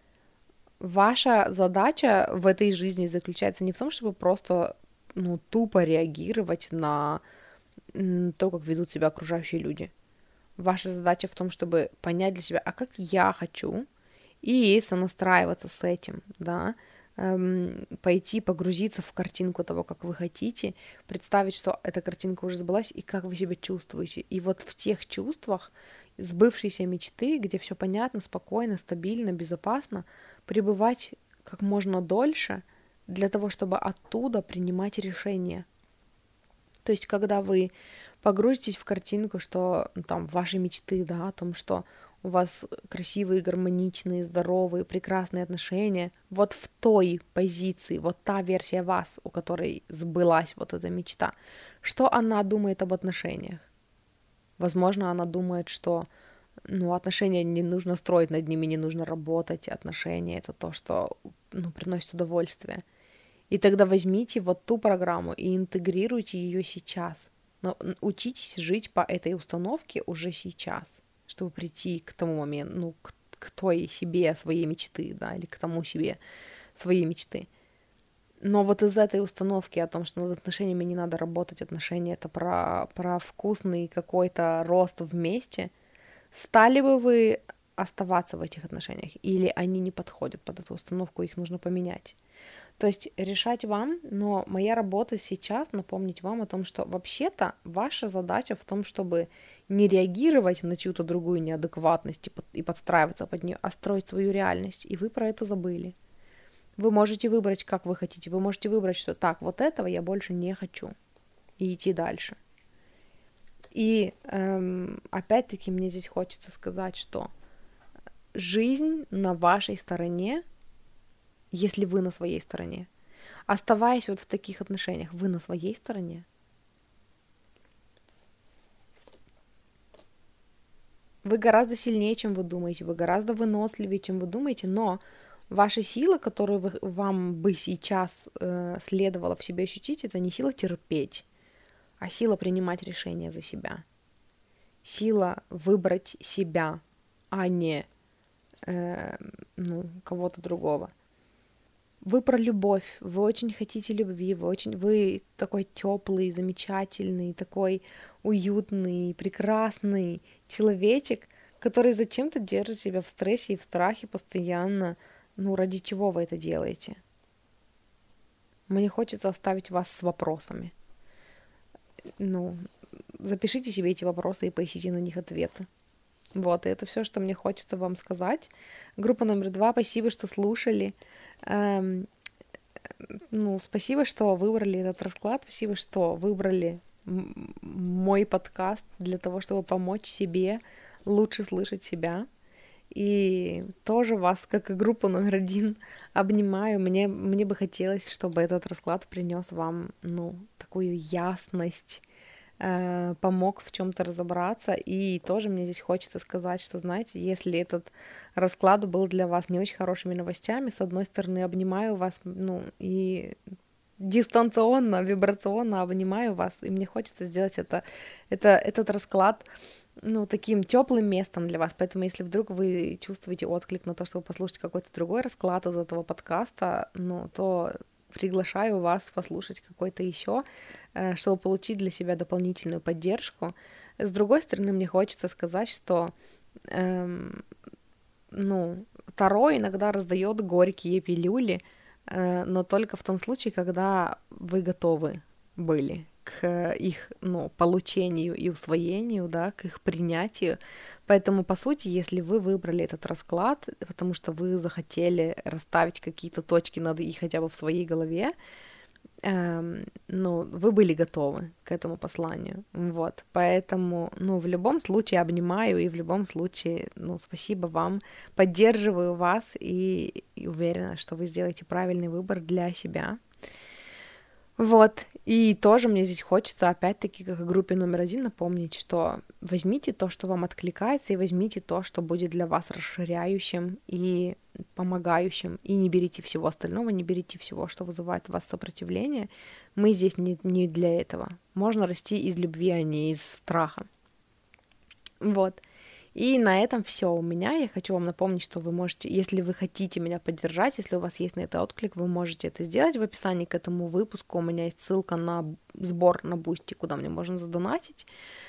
Ваша задача в этой жизни заключается не в том, чтобы просто тупо реагировать на то, как ведут себя окружающие люди. Ваша задача в том, чтобы понять для себя, а как я хочу, и сонастраиваться с этим, да, пойти погрузиться в картинку того, как вы хотите, представить, что эта картинка уже сбылась, и как вы себя чувствуете. И вот в тех чувствах сбывшейся мечты, где все понятно, спокойно, стабильно, безопасно, пребывать как можно дольше для того, чтобы оттуда принимать решения. То есть, когда вы погрузитесь в картинку, что там ваши мечты, да, о том, что у вас красивые, гармоничные, здоровые, прекрасные отношения, вот в той позиции, вот та версия вас, у которой сбылась вот эта мечта, что она думает об отношениях? Возможно, она думает, что отношения не нужно строить, над ними не нужно работать, отношения — это то, что приносит удовольствие. И тогда возьмите вот ту программу и интегрируйте ее сейчас. Но учитесь жить по этой установке уже сейчас, чтобы прийти к тому моменту, к той себе своей мечты, да, или к тому себе своей мечты. Но вот из этой установки о том, что над отношениями не надо работать, отношения — это про вкусный какой-то рост вместе, стали бы вы оставаться в этих отношениях, или они не подходят под эту установку, их нужно поменять? То есть решать вам, но моя работа сейчас напомнить вам о том, что вообще-то ваша задача в том, чтобы не реагировать на чью-то другую неадекватность и подстраиваться под нее, а строить свою реальность. И вы про это забыли. Вы можете выбрать, как вы хотите. Вы можете выбрать, что так, вот этого я больше не хочу. И идти дальше. И опять-таки мне здесь хочется сказать, что жизнь на вашей стороне, если вы на своей стороне. Оставаясь вот в таких отношениях, вы на своей стороне. Вы гораздо сильнее, чем вы думаете, вы гораздо выносливее, чем вы думаете, но ваша сила, которую вам бы сейчас следовало в себе ощутить, это не сила терпеть, а сила принимать решения за себя. Сила выбрать себя, а не кого-то другого. Вы про любовь, вы очень хотите любви, вы такой теплый, замечательный, такой уютный, прекрасный человечек, который зачем-то держит себя в стрессе и в страхе постоянно. Ради чего вы это делаете? Мне хочется оставить вас с вопросами. Запишите себе эти вопросы и поищите на них ответы. Вот, и это все, что мне хочется вам сказать. Группа номер 2, спасибо, что слушали. Спасибо, что выбрали этот расклад, спасибо, что выбрали мой подкаст для того, чтобы помочь себе лучше слышать себя. И тоже вас, как и группу номер 1, обнимаю. Мне бы хотелось, чтобы этот расклад принес вам, такую ясность, помог в чем-то разобраться. И тоже мне здесь хочется сказать, что, знаете, если этот расклад был для вас не очень хорошими новостями, с одной стороны, обнимаю вас, и дистанционно, вибрационно обнимаю вас, и мне хочется сделать этот расклад, таким теплым местом для вас. Поэтому, если вдруг вы чувствуете отклик на то, чтобы послушать какой-то другой расклад из этого подкаста, то приглашаю вас послушать какой-то еще, чтобы получить для себя дополнительную поддержку. С другой стороны, мне хочется сказать, что Таро иногда раздает горькие пилюли, но только в том случае, когда вы готовы были к их, получению и усвоению, да, к их принятию. Поэтому, по сути, если вы выбрали этот расклад, потому что вы захотели расставить какие-то точки над «и» хотя бы в своей голове, вы были готовы к этому посланию, вот, поэтому, в любом случае обнимаю, и в любом случае, спасибо вам, поддерживаю вас и уверена, что вы сделаете правильный выбор для себя. Вот, и тоже мне здесь хочется, опять-таки, как и группе номер 1, напомнить, что возьмите то, что вам откликается, и возьмите то, что будет для вас расширяющим и помогающим, и не берите всего остального, не берите всего, что вызывает у вас сопротивление. Мы здесь не для этого. Можно расти из любви, а не из страха. Вот. И на этом все у меня. Я хочу вам напомнить, что вы можете, если вы хотите меня поддержать, если у вас есть на это отклик, вы можете это сделать. В описании к этому выпуску у меня есть ссылка на сбор на Бусти, куда мне можно задонатить.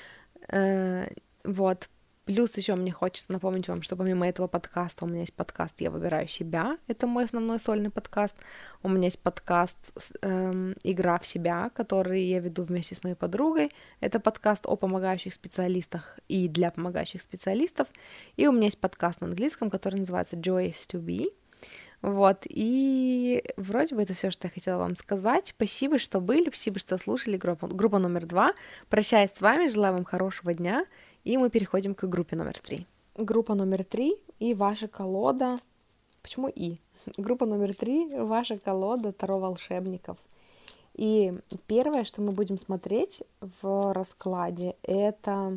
Вот. Плюс еще мне хочется напомнить вам, что помимо этого подкаста у меня есть подкаст «Я выбираю себя». Это мой основной сольный подкаст. У меня есть подкаст «Игра в себя», который я веду вместе с моей подругой. Это подкаст о помогающих специалистах и для помогающих специалистов. И у меня есть подкаст на английском, который называется «Joy is to be». Вот, и вроде бы это все, что я хотела вам сказать. Спасибо, что были, спасибо, что слушали группа номер 2. Прощаюсь с вами, желаю вам хорошего дня. И мы переходим к группе номер 3. Группа номер 3 и ваша колода... Почему и? Группа номер 3, ваша колода Таро волшебников. И первое, что мы будем смотреть в раскладе, это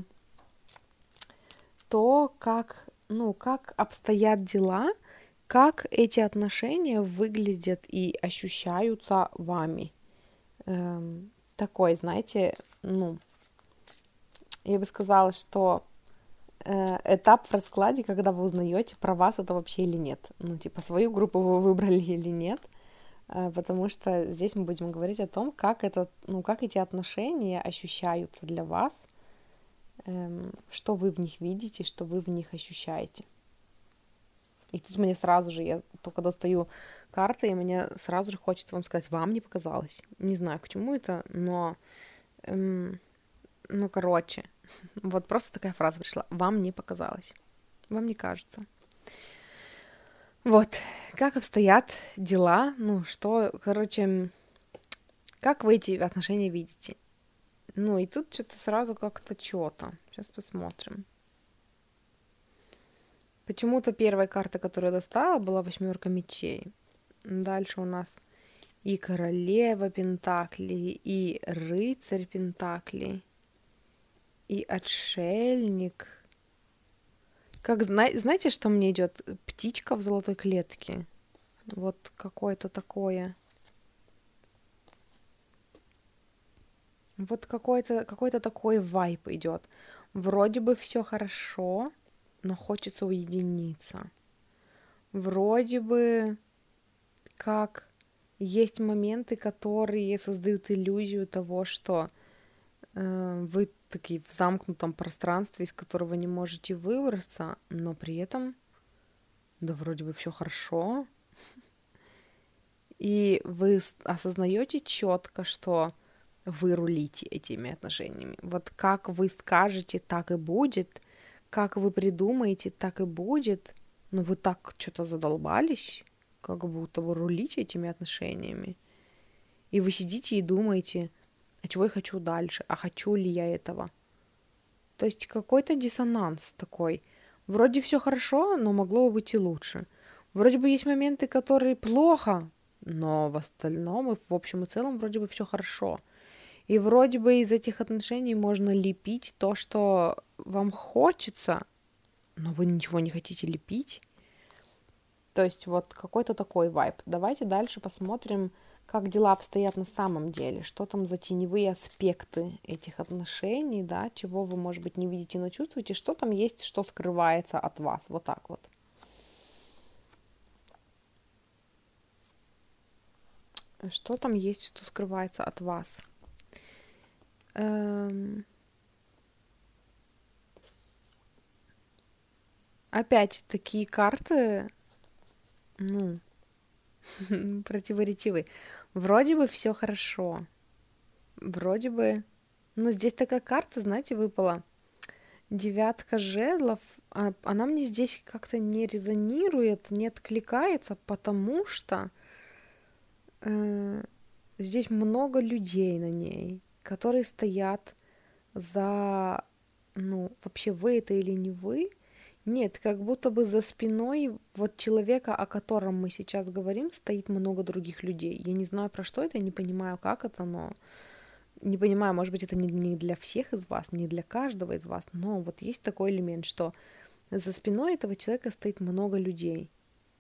то, как обстоят дела, как эти отношения выглядят и ощущаются вами. Такой, знаете, я бы сказала, что этап в раскладе, когда вы узнаете, про вас это вообще или нет. Свою группу вы выбрали или нет. Потому что здесь мы будем говорить о том, как эти отношения ощущаются для вас, что вы в них видите, что вы в них ощущаете. И тут мне сразу же, я только достаю карты, и мне сразу же хочется вам сказать, вам не показалось. Не знаю, к чему это, но... короче, вот просто такая фраза пришла. Вам не показалось. Вам не кажется. Вот. Как обстоят дела? Как вы эти отношения видите? И тут что-то сразу как-то что-то. Сейчас посмотрим. Почему-то первая карта, которую я достала, была 8 мечей. Дальше у нас и королева пентаклей, и рыцарь пентаклей. И отшельник. Знаете, что мне идет? Птичка в золотой клетке. Вот какое-то такое. Вот какой-то такой вайб идет. Вроде бы все хорошо, но хочется уединиться. Вроде бы как есть моменты, которые создают иллюзию того, что вы такие в замкнутом пространстве, из которого не можете выбраться, но при этом, да, вроде бы все хорошо. И вы осознаете четко, что вы рулите этими отношениями. Вот как вы скажете, так и будет. Как вы придумаете, так и будет. Но вы так что-то задолбались, как будто вы рулите этими отношениями. И вы сидите и думаете, а чего я хочу дальше, а хочу ли я этого. То есть какой-то диссонанс такой. Вроде все хорошо, но могло бы быть и лучше. Вроде бы есть моменты, которые плохо, но в остальном, в общем и целом, вроде бы все хорошо. И вроде бы из этих отношений можно лепить то, что вам хочется, но вы ничего не хотите лепить. То есть вот какой-то такой вайб. Давайте дальше посмотрим, как дела обстоят на самом деле, что там за теневые аспекты этих отношений, да, чего вы, может быть, не видите, но чувствуете, что там есть, что скрывается от вас, вот так вот. Что там есть, что скрывается от вас? Опять такие карты, противоречивые. Вроде бы все хорошо, Вроде бы. Но здесь такая карта, знаете, выпала. Девятка жезлов, она мне здесь как-то не резонирует, не откликается, потому что э, здесь много людей на ней, которые стоят за, ну, вообще вы это или не вы. Нет, как будто бы за спиной вот человека, о котором мы сейчас говорим, стоит много других людей. Я не знаю, про что это, я не понимаю, как это, но не понимаю, может быть, это не для всех из вас, не для каждого из вас, но вот есть такой элемент, что за спиной этого человека стоит много людей.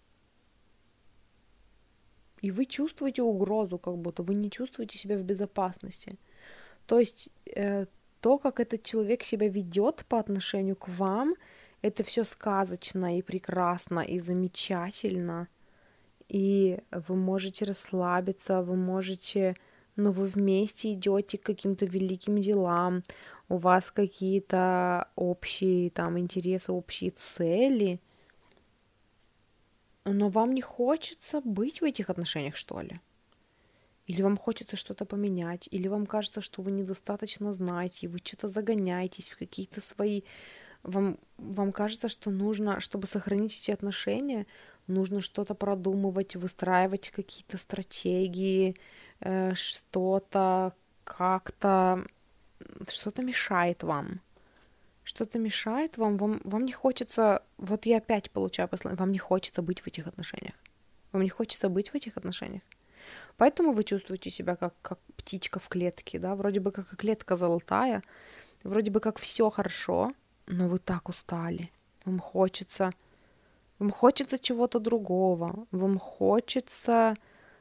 И вы чувствуете угрозу, как будто вы не чувствуете себя в безопасности. То есть то, как этот человек себя ведет по отношению к вам, это все сказочно и прекрасно и замечательно. И вы можете расслабиться, вы можете, ну, вы вместе идете к каким-то великим делам, у вас какие-то общие там интересы, общие цели, но вам не хочется быть в этих отношениях, что ли? Или вам хочется что-то поменять, или вам кажется, что вы недостаточно знаете, и вы что-то загоняетесь в какие-то свои... Вам кажется, что нужно, чтобы сохранить эти отношения, нужно что-то продумывать, выстраивать какие-то стратегии, что-то как-то... Что-то мешает вам. Что-то мешает вам не хочется... Вот я опять получаю послание, вам не хочется быть в этих отношениях. Вам не хочется быть в этих отношениях. Поэтому вы чувствуете себя как птичка в клетке, да, вроде бы как и клетка золотая, вроде бы как все хорошо, но вы так устали. Вам хочется чего-то другого, вам хочется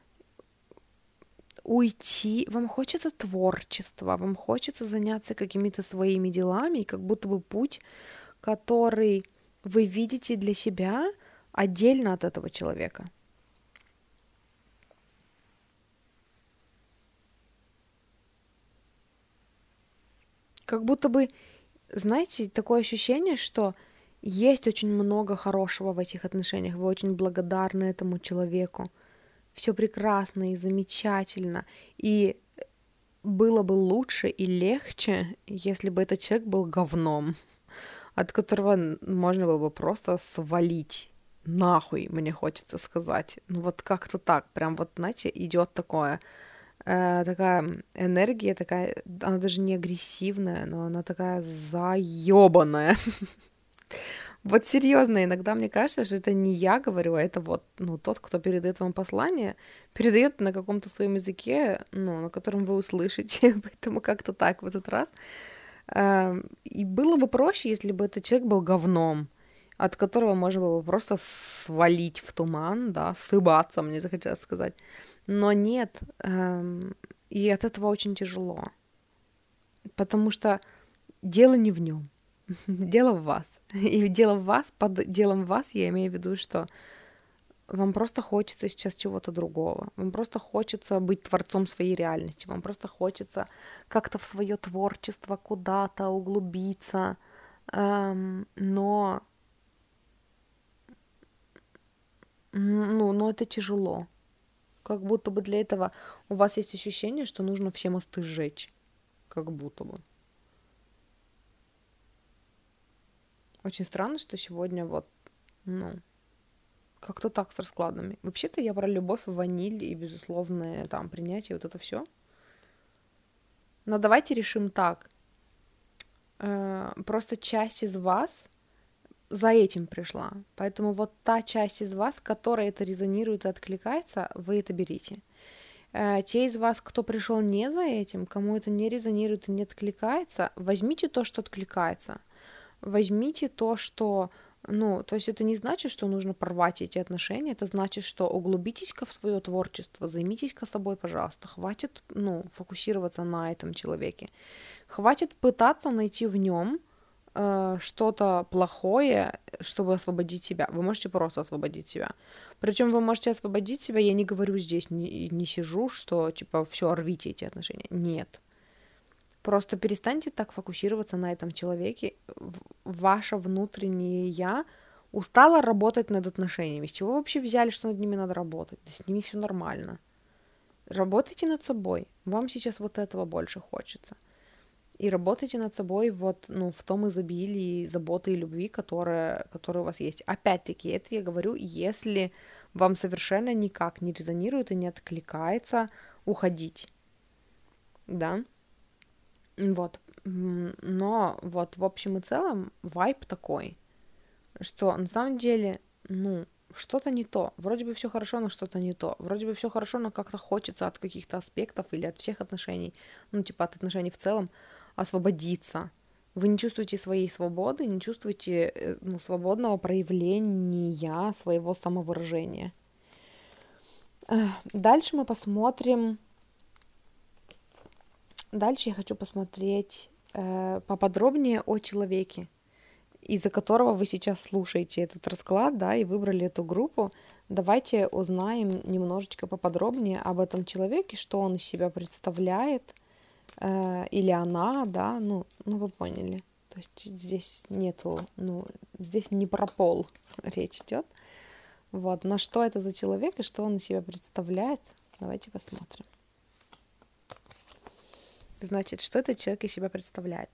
уйти, вам хочется творчества, вам хочется заняться какими-то своими делами, и как будто бы путь, который вы видите для себя отдельно от этого человека. Как будто бы, знаете, такое ощущение, что есть очень много хорошего в этих отношениях, вы очень благодарны этому человеку. Все прекрасно и замечательно. И было бы лучше и легче, если бы этот человек был говном, от которого можно было бы просто свалить. Нахуй, мне хочется сказать. Ну вот как-то так, прям вот, знаете, идет такая энергия, такая, она даже не агрессивная, но она такая заебанная. Вот серьезно, иногда мне кажется, что это не я говорю, а это вот, ну, тот, кто передает вам послание, передает на каком-то своем языке, ну, на котором вы услышите, поэтому как-то так в этот раз. И было бы проще, если бы этот человек был говном, от которого можно было бы просто свалить в туман, да, сыбаться, мне захотелось сказать. Но нет, и от этого очень тяжело, потому что дело не в нем. Дело в вас. И дело в вас, под делом в вас я имею в виду, что вам просто хочется сейчас чего-то другого. Вам просто хочется быть творцом своей реальности. Вам просто хочется как-то в свое творчество куда-то углубиться. Но, но это тяжело. Как будто бы для этого у вас есть ощущение, что нужно все мосты сжечь. Как будто бы. Очень странно, что сегодня вот, ну, как-то так с раскладами. Вообще-то я про любовь, ваниль и безусловное там принятие, вот это все. Но давайте решим так. Просто часть из вас за этим пришла. Поэтому вот та часть из вас, которая это резонирует и откликается, вы это берите. Те из вас, кто пришел не за этим, кому это не резонирует и не откликается, возьмите то, что откликается. Возьмите то, что... Ну, то есть это не значит, что нужно порвать эти отношения, это значит, что углубитесь-ка в свое творчество, займитесь-ка собой, пожалуйста. Хватит, ну, фокусироваться на этом человеке. Хватит пытаться найти в нем что-то плохое, чтобы освободить себя. Вы можете просто освободить себя. Причем вы можете освободить себя, я не говорю здесь, не сижу, что типа все, рвите эти отношения. Нет. Просто перестаньте так фокусироваться на этом человеке. Ваше внутреннее я устало работать над отношениями. С чего вы вообще взяли, что над ними надо работать? Да с ними все нормально. Работайте над собой. Вам сейчас вот этого больше хочется. И работайте над собой вот, ну, в том изобилии заботы и любви, которая у вас есть. Опять-таки, это я говорю, если вам совершенно никак не резонирует и не откликается уходить, да, вот. Но вот в общем и целом вайб такой, что на самом деле, ну, что-то не то. Вроде бы все хорошо, но что-то не то. Вроде бы все хорошо, но как-то хочется от каких-то аспектов или от всех отношений, ну, типа от отношений в целом, освободиться. Вы не чувствуете своей свободы, не чувствуете ну, свободного проявления своего самовыражения. Дальше мы посмотрим. Дальше я хочу посмотреть поподробнее о человеке, из-за которого вы сейчас слушаете этот расклад, да, и выбрали эту группу. Давайте узнаем немножечко поподробнее об этом человеке, что он из себя представляет, или она, да, ну вы поняли. То есть здесь нету, ну, здесь не про пол речь идет. Вот, но что это за человек и что он из себя представляет, давайте посмотрим. Значит, что этот человек из себя представляет?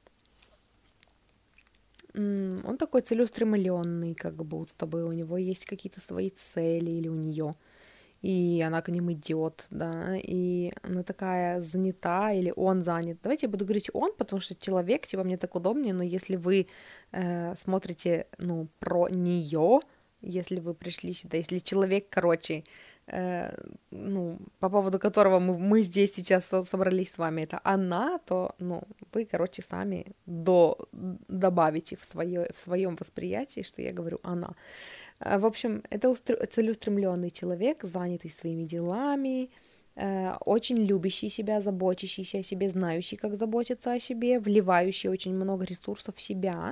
Он такой целеустремленный, как будто бы у него есть какие-то свои цели или у нее, и она к ним идет, да, и она такая занята или он занят. Давайте я буду говорить он, потому что человек, типа, мне так удобнее, но если вы смотрите, ну, про нее, если вы пришли сюда, если человек, короче, ну, по поводу которого мы здесь сейчас собрались с вами, это она, то, ну, вы, короче, сами добавите в своем восприятии, что я говорю она. В общем, это целеустремленный человек, занятый своими делами, очень любящий себя, заботящийся о себе, знающий, как заботиться о себе, вливающий очень много ресурсов в себя,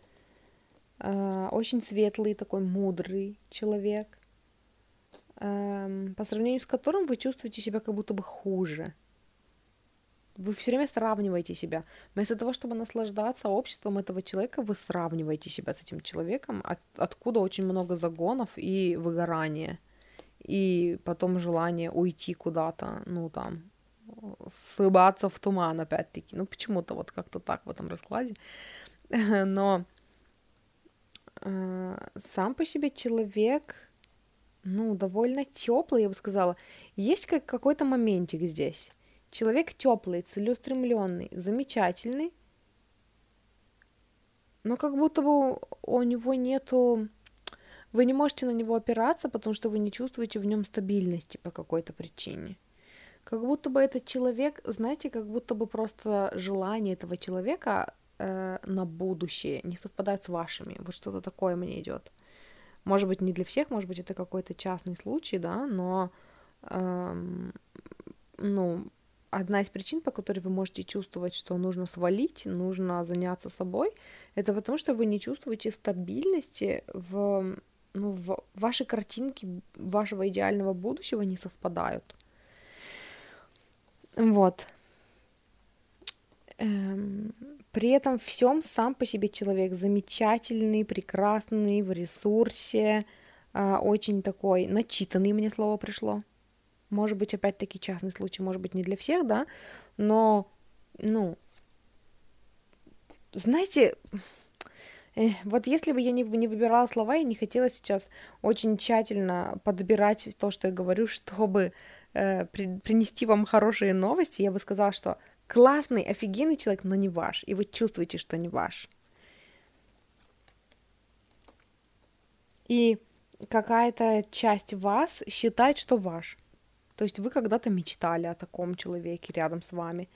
очень светлый, такой мудрый человек, по сравнению с которым вы чувствуете себя как будто бы хуже. Вы все время сравниваете себя. Вместо того, чтобы наслаждаться обществом этого человека, вы сравниваете себя с этим человеком, откуда очень много загонов и выгорания. И потом желание уйти куда-то, ну там, сыбаться в туман опять-таки. Ну почему-то вот как-то так в этом раскладе. Но сам по себе человек, ну, довольно теплый, я бы сказала. Есть какой-то моментик здесь. Человек теплый, целеустремленный, замечательный, но как будто бы у него нету... Вы не можете на него опираться, потому что вы не чувствуете в нем стабильности по какой-то причине. Как будто бы этот человек, знаете, как будто бы просто желание этого человека на будущее не совпадает с вашими. Вот что-то такое мне идет. Может быть, не для всех, может быть, это какой-то частный случай, да, но, ну, одна из причин, по которой вы можете чувствовать, что нужно свалить, нужно заняться собой, это потому, что вы не чувствуете стабильности в ваши картинки вашего идеального будущего не совпадают. Вот. При этом всем сам по себе человек замечательный, прекрасный, в ресурсе, очень такой начитанный, мне слово пришло. Может быть, опять-таки частный случай, может быть, не для всех, да, но, ну, знаете, вот если бы я не выбирала слова и не хотела сейчас очень тщательно подбирать то, что я говорю, чтобы принести вам хорошие новости, я бы сказала, что классный, офигенный человек, но не ваш, и вы чувствуете, что не ваш. И какая-то часть вас считает, что ваш. То есть вы когда-то мечтали о таком человеке рядом с вами,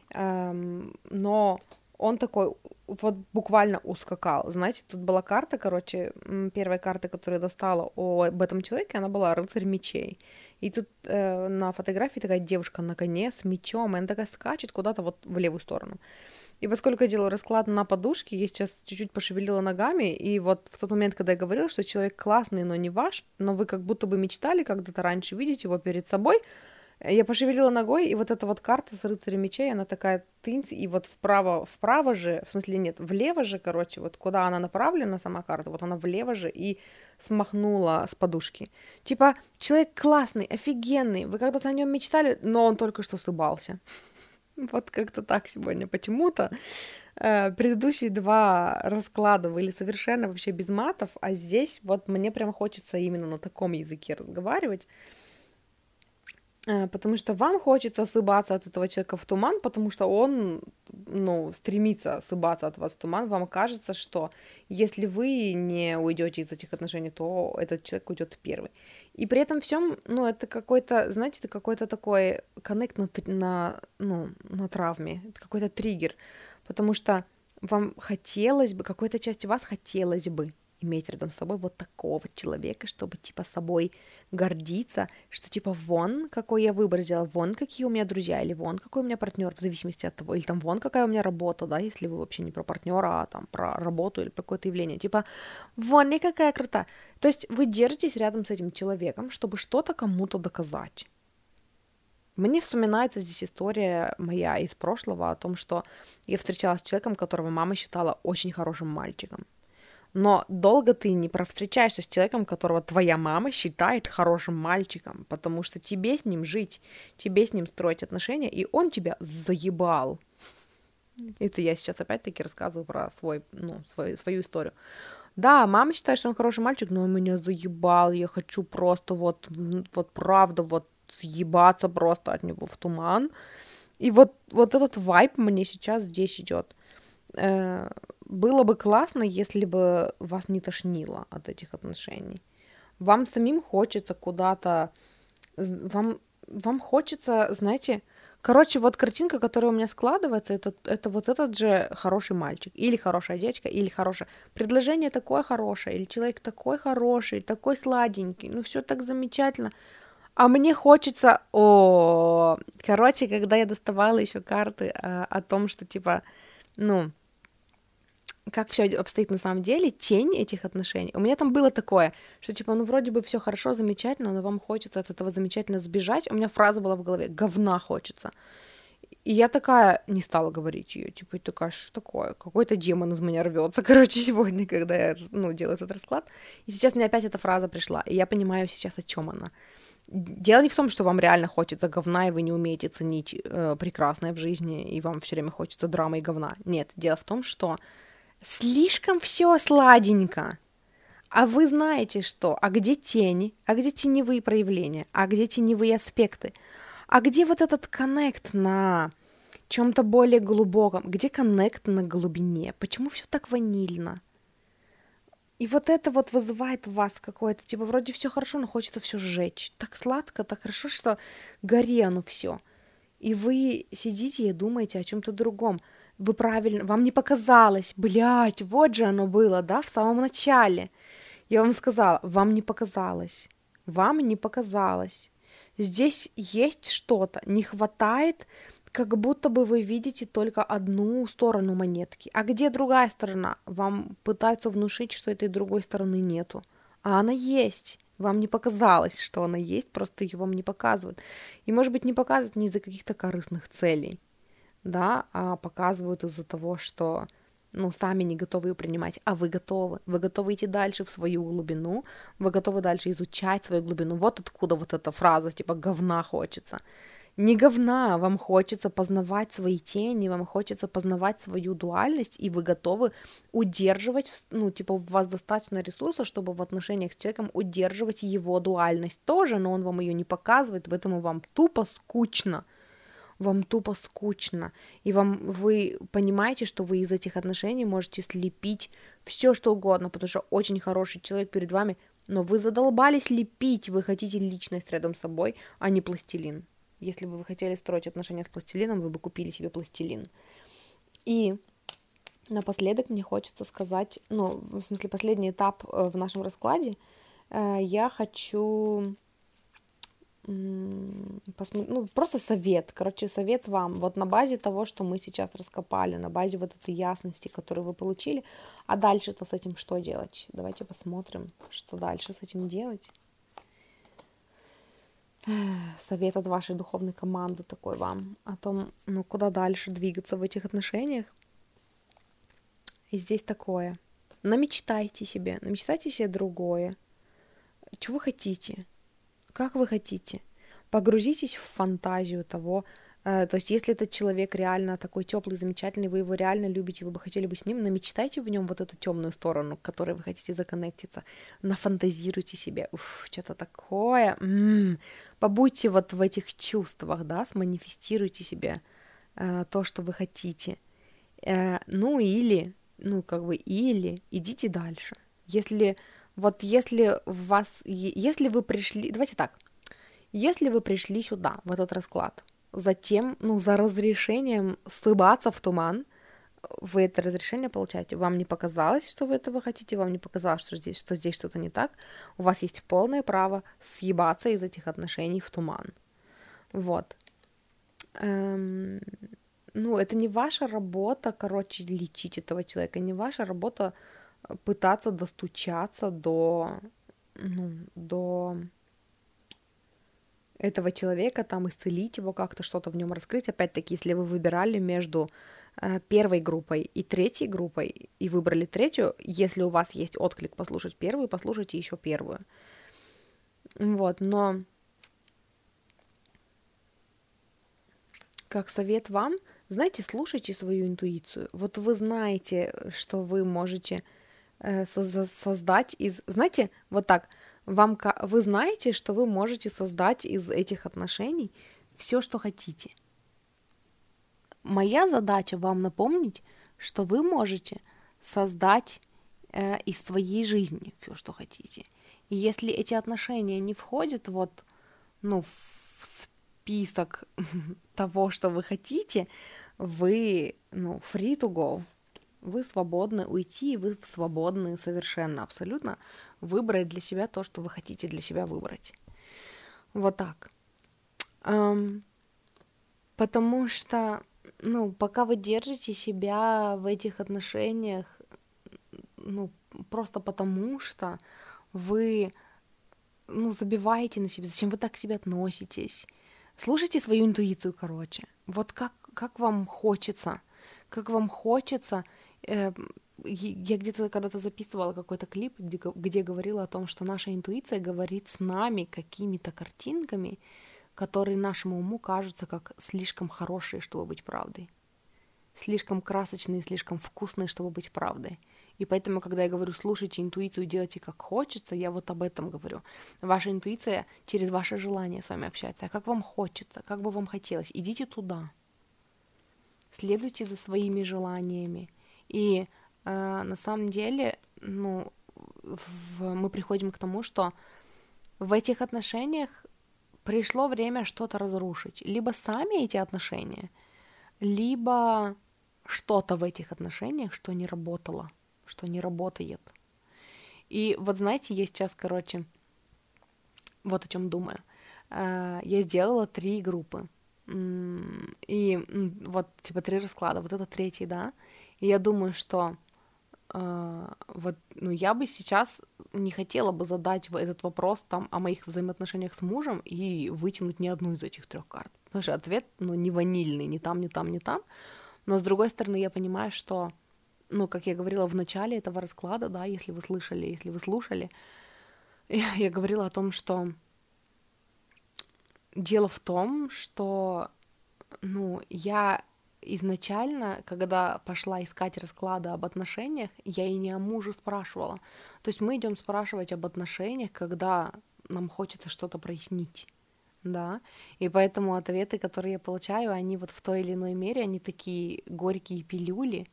но он такой вот буквально ускакал. Знаете, тут была карта, короче, первая карта, которую я достала об этом человеке, она была рыцарь мечей. И тут на фотографии такая девушка на коне с мечом, и она такая скачет куда-то вот в левую сторону. И поскольку я делаю расклад на подушке, я сейчас чуть-чуть пошевелила ногами, и вот в тот момент, когда я говорила, что человек классный, но не ваш, но вы как будто бы мечтали когда-то раньше видеть его перед собой, Я пошевелила ногой, и вот эта вот карта с рыцарем мечей, она такая тынц, и вот вправо же, в смысле нет, влево же, короче, вот куда она направлена, сама карта, вот она влево же и смахнула с подушки. Типа, человек классный, офигенный, вы когда-то о нем мечтали, но он только что сыбался. Вот как-то так сегодня почему-то. Предыдущие два расклада были совершенно вообще без матов, а здесь вот мне прям хочется именно на таком языке разговаривать. Потому что вам хочется сыбаться от этого человека в туман, потому что он, ну, стремится сыбаться от вас в туман. Вам кажется, что если вы не уйдете из этих отношений, то этот человек уйдет первый. И при этом всем, ну, это какой-то, знаете, это какой-то такой коннект на травме, это какой-то триггер, потому что вам хотелось бы, какой-то части вас хотелось бы иметь рядом с собой вот такого человека, чтобы, типа, собой гордиться, что, типа, вон, какой я выбор сделала, вон, какие у меня друзья, или вон, какой у меня партнер, в зависимости от того, или там, вон, какая у меня работа, да, если вы вообще не про партнера, а там про работу или про какое-то явление, типа, вон, я какая крутая. То есть вы держитесь рядом с этим человеком, чтобы что-то кому-то доказать. Мне вспоминается здесь история моя из прошлого о том, что я встречалась с человеком, которого мама считала очень хорошим мальчиком. Но долго ты не провстречаешься с человеком, которого твоя мама считает хорошим мальчиком, потому что тебе с ним жить, тебе с ним строить отношения, и он тебя заебал. Это я сейчас опять-таки рассказываю про свою историю. Да, мама считает, что он хороший мальчик, но он меня заебал, я хочу просто вот правда, вот съебаться просто от него в туман. И вот этот вайб мне сейчас здесь идет. Было бы классно, если бы вас не тошнило от этих отношений. Вам самим хочется куда-то... Вам хочется, знаете... Короче, вот картинка, которая у меня складывается, это вот этот же хороший мальчик, или хорошая девочка, или хорошее... Предложение такое хорошее, или человек такой хороший, такой сладенький, ну все так замечательно. А мне хочется... Короче, когда я доставала еще карты о том, что, типа, ну... как все обстоит на самом деле, тень этих отношений. У меня там было такое, что типа, ну вроде бы все хорошо, замечательно, но вам хочется от этого замечательно сбежать. У меня фраза была в голове: говна хочется. И я такая не стала говорить ее, типа, такая, что такое? Какой-то демон из меня рвется, короче, сегодня, когда я, делаю этот расклад. И сейчас мне опять эта фраза пришла, и я понимаю сейчас, о чем она. Дело не в том, что вам реально хочется говна, и вы не умеете ценить прекрасное в жизни, и вам все время хочется драмы и говна. Нет, дело в том, что слишком все сладенько. А вы знаете что? А где тени? А где теневые проявления? А где теневые аспекты? А где вот этот коннект на чем-то более глубоком? Где коннект на глубине? Почему все так ванильно? И вот это вот вызывает в вас какое-то, типа, вроде все хорошо, но хочется все сжечь. Так сладко, так хорошо, что гори оно все. И вы сидите и думаете о чем-то другом. Вы правильно, вам не показалось, блядь, вот же оно было, да, в самом начале. Я вам сказала, вам не показалось, вам не показалось. Здесь есть что-то, не хватает, как будто бы вы видите только одну сторону монетки. А где другая сторона? Вам пытаются внушить, что этой другой стороны нету. А она есть. Вам не показалось, что она есть, просто ее вам не показывают. И, может быть, не показывают не из-за каких-то корыстных целей, да, а показывают из-за того, что, сами не готовы ее принимать, а вы готовы. Вы готовы идти дальше в свою глубину, вы готовы дальше изучать свою глубину. Вот откуда вот эта фраза, типа, говна хочется. Не говна, вам хочется познавать свои тени, вам хочется познавать свою дуальность, и вы готовы удерживать, у вас достаточно ресурсов, чтобы в отношениях с человеком удерживать его дуальность тоже, но он вам ее не показывает, поэтому вам тупо скучно. И вы понимаете, что вы из этих отношений можете слепить все, что угодно, потому что очень хороший человек перед вами, но вы задолбались лепить, вы хотите личность рядом с собой, а не пластилин. Если бы вы хотели строить отношения с пластилином, вы бы купили себе пластилин. И напоследок мне хочется сказать, в смысле, последний этап в нашем раскладе, я хочу... просто совет вам, вот на базе того, что мы сейчас раскопали, на базе вот этой ясности, которую вы получили, а дальше-то с этим что делать? Давайте посмотрим, что дальше с этим делать. совет от вашей духовной команды такой вам о том, ну, куда дальше двигаться в этих отношениях. И здесь такое. Намечтайте себе другое. Чего вы хотите? Как вы хотите? Погрузитесь в фантазию того, то есть если этот человек реально такой теплый, замечательный, вы его реально любите, вы бы хотели бы с ним, намечтайте в нем вот эту темную сторону, к которой вы хотите законнектиться, нафантазируйте себе, что-то такое, побудьте вот в этих чувствах, да, сманифестируйте себе то, что вы хотите, или идите дальше, если вы пришли, давайте так, если вы пришли сюда, в этот расклад, затем, за разрешением сыбаться в туман, вы это разрешение получаете. Вам не показалось, что вы этого хотите, вам не показалось, что здесь что-то не так. У вас есть полное право съебаться из этих отношений в туман. Вот. Это не ваша работа, лечить этого человека, не ваша работа пытаться достучаться до этого человека, там, исцелить его как-то, что-то в нем раскрыть. Опять-таки, если вы выбирали между первой группой и третьей группой, и выбрали третью, если у вас есть отклик послушать первую, послушайте еще первую. Вот, но как совет вам, знаете, слушайте свою интуицию. Вот вы знаете, что вы можете создать из... Знаете, вот так, вы знаете, что вы можете создать из этих отношений все, что хотите. Моя задача вам напомнить, что вы можете создать из своей жизни все, что хотите. И если эти отношения не входят в список того, что вы хотите, вы free to go. Вы свободны уйти, и вы свободны совершенно, абсолютно выбрать для себя то, что вы хотите для себя выбрать. Вот так. Потому что, пока вы держите себя в этих отношениях, просто потому что вы, забиваете на себя, зачем вы так к себе относитесь. Слушайте свою интуицию, Вот как вам хочется, я где-то когда-то записывала какой-то клип, где говорила о том, что наша интуиция говорит с нами какими-то картинками, которые нашему уму кажутся как слишком хорошие, чтобы быть правдой. Слишком красочные, слишком вкусные, чтобы быть правдой. И поэтому, когда я говорю, слушайте интуицию, делайте как хочется, я вот об этом говорю. Ваша интуиция через ваше желание с вами общается. А как вам хочется, как бы вам хотелось, идите туда. Следуйте за своими желаниями. И на самом деле, мы приходим к тому, что в этих отношениях пришло время что-то разрушить. Либо сами эти отношения, либо что-то в этих отношениях, что не работало, что не работает. И вот знаете, я сейчас, вот о чем думаю. Я сделала 3 группы. И вот, 3 расклада. Вот это 3-й, да. И я думаю, что я бы сейчас не хотела бы задать этот вопрос там о моих взаимоотношениях с мужем и вытянуть ни одну из этих 3 карт. Потому что ответ, не ванильный, ни там, ни там, ни там. Но с другой стороны, я понимаю, что, как я говорила в начале этого расклада, да, если вы слушали, я говорила о том, что дело в том, что, я изначально, когда пошла искать расклады об отношениях, я и не о муже спрашивала. То есть мы идем спрашивать об отношениях, когда нам хочется что-то прояснить, да, и поэтому ответы, которые я получаю, они вот в той или иной мере, они такие горькие пилюли,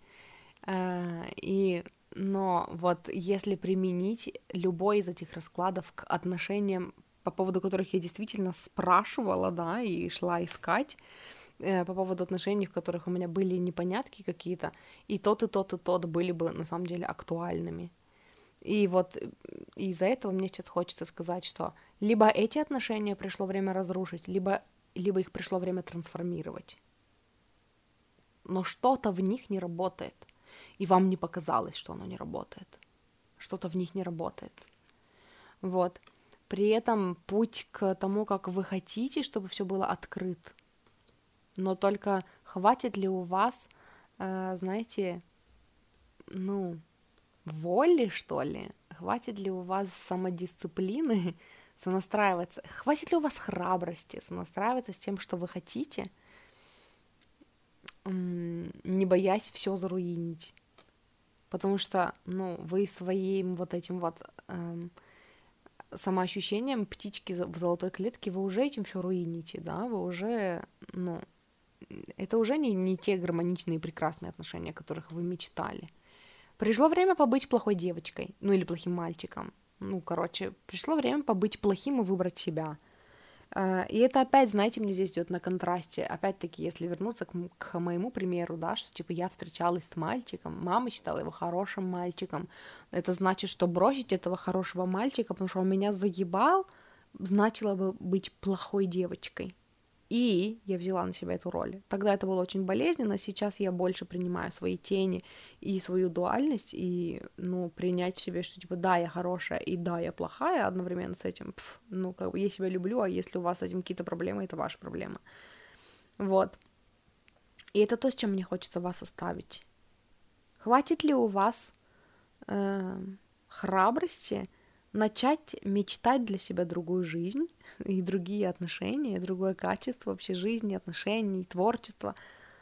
но вот если применить любой из этих раскладов к отношениям, по поводу которых я действительно спрашивала, да, и шла искать, по поводу отношений, в которых у меня были непонятки какие-то, и тот, были бы на самом деле актуальными. И вот из-за этого мне сейчас хочется сказать, что либо эти отношения пришло время разрушить, либо их пришло время трансформировать. Но что-то в них не работает, и вам не показалось, что оно не работает. Что-то в них не работает. Вот. При этом путь к тому, как вы хотите, чтобы все было открыт. Но только хватит ли у вас, знаете, воли, что ли? Хватит ли у вас самодисциплины сонастраиваться? Хватит ли у вас храбрости сонастраиваться с тем, что вы хотите, не боясь все заруинить? Потому что, вы своим вот этим вот самоощущением птички в золотой клетке, вы уже этим все руините, да, вы уже, это уже не те гармоничные и прекрасные отношения, о которых вы мечтали. Пришло время побыть плохой девочкой, или плохим мальчиком. Пришло время побыть плохим и выбрать себя. И это опять, знаете, мне здесь идет на контрасте. Опять-таки, если вернуться к моему примеру, да, что типа я встречалась с мальчиком, мама считала его хорошим мальчиком. Это значит, что бросить этого хорошего мальчика, потому что он меня заебал, значило бы быть плохой девочкой. И я взяла на себя эту роль. Тогда это было очень болезненно, сейчас я больше принимаю свои тени и свою дуальность, и, принять в себе, что, типа, да, я хорошая, и да, я плохая одновременно с этим, я себя люблю, а если у вас с этим какие-то проблемы, это ваши проблемы. Вот. И это то, с чем мне хочется вас оставить. Хватит ли у вас храбрости начать мечтать для себя другую жизнь и другие отношения, и другое качество вообще жизни, отношений, творчества,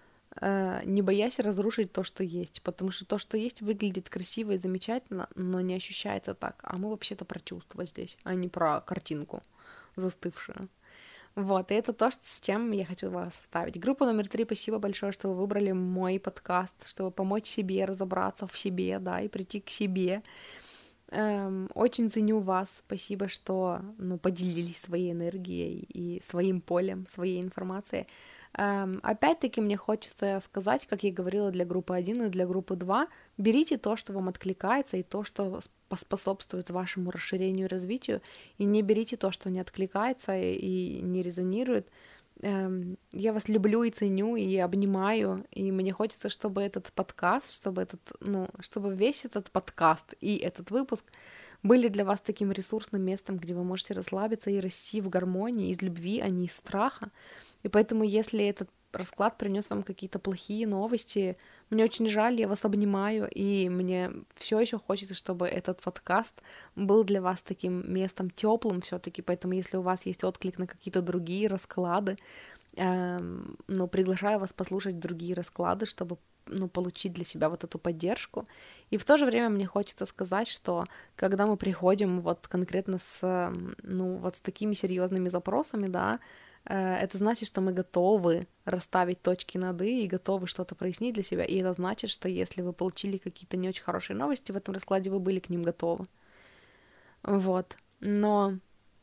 не боясь разрушить то, что есть, потому что то, что есть, выглядит красиво и замечательно, но не ощущается так, а мы вообще-то про чувства здесь, а не про картинку застывшую. Вот, и это то, с чем я хочу вас оставить. Группа номер 3, спасибо большое, что вы выбрали мой подкаст, чтобы помочь себе разобраться в себе, да, и прийти к себе. Очень ценю вас, спасибо, что поделились своей энергией и своим полем, своей информацией. Опять-таки мне хочется сказать, как я говорила для группы 1 и для группы 2, берите то, что вам откликается, и то, что поспособствует вашему расширению и развитию, и не берите то, что не откликается и не резонирует. Я вас люблю и ценю, и обнимаю, и мне хочется, чтобы этот подкаст, чтобы весь этот подкаст и этот выпуск были для вас таким ресурсным местом, где вы можете расслабиться и расти в гармонии из любви, а не из страха. И поэтому, если этот расклад принес вам какие-то плохие новости, мне очень жаль, я вас обнимаю, и мне все еще хочется, чтобы этот подкаст был для вас таким местом теплым все-таки, поэтому если у вас есть отклик на какие-то другие расклады, приглашаю вас послушать другие расклады, чтобы получить для себя вот эту поддержку. И в то же время мне хочется сказать, что когда мы приходим вот конкретно с такими серьезными запросами, да, это значит, что мы готовы расставить точки над «и» готовы что-то прояснить для себя. И это значит, что если вы получили какие-то не очень хорошие новости в этом раскладе, вы были к ним готовы. Вот. Но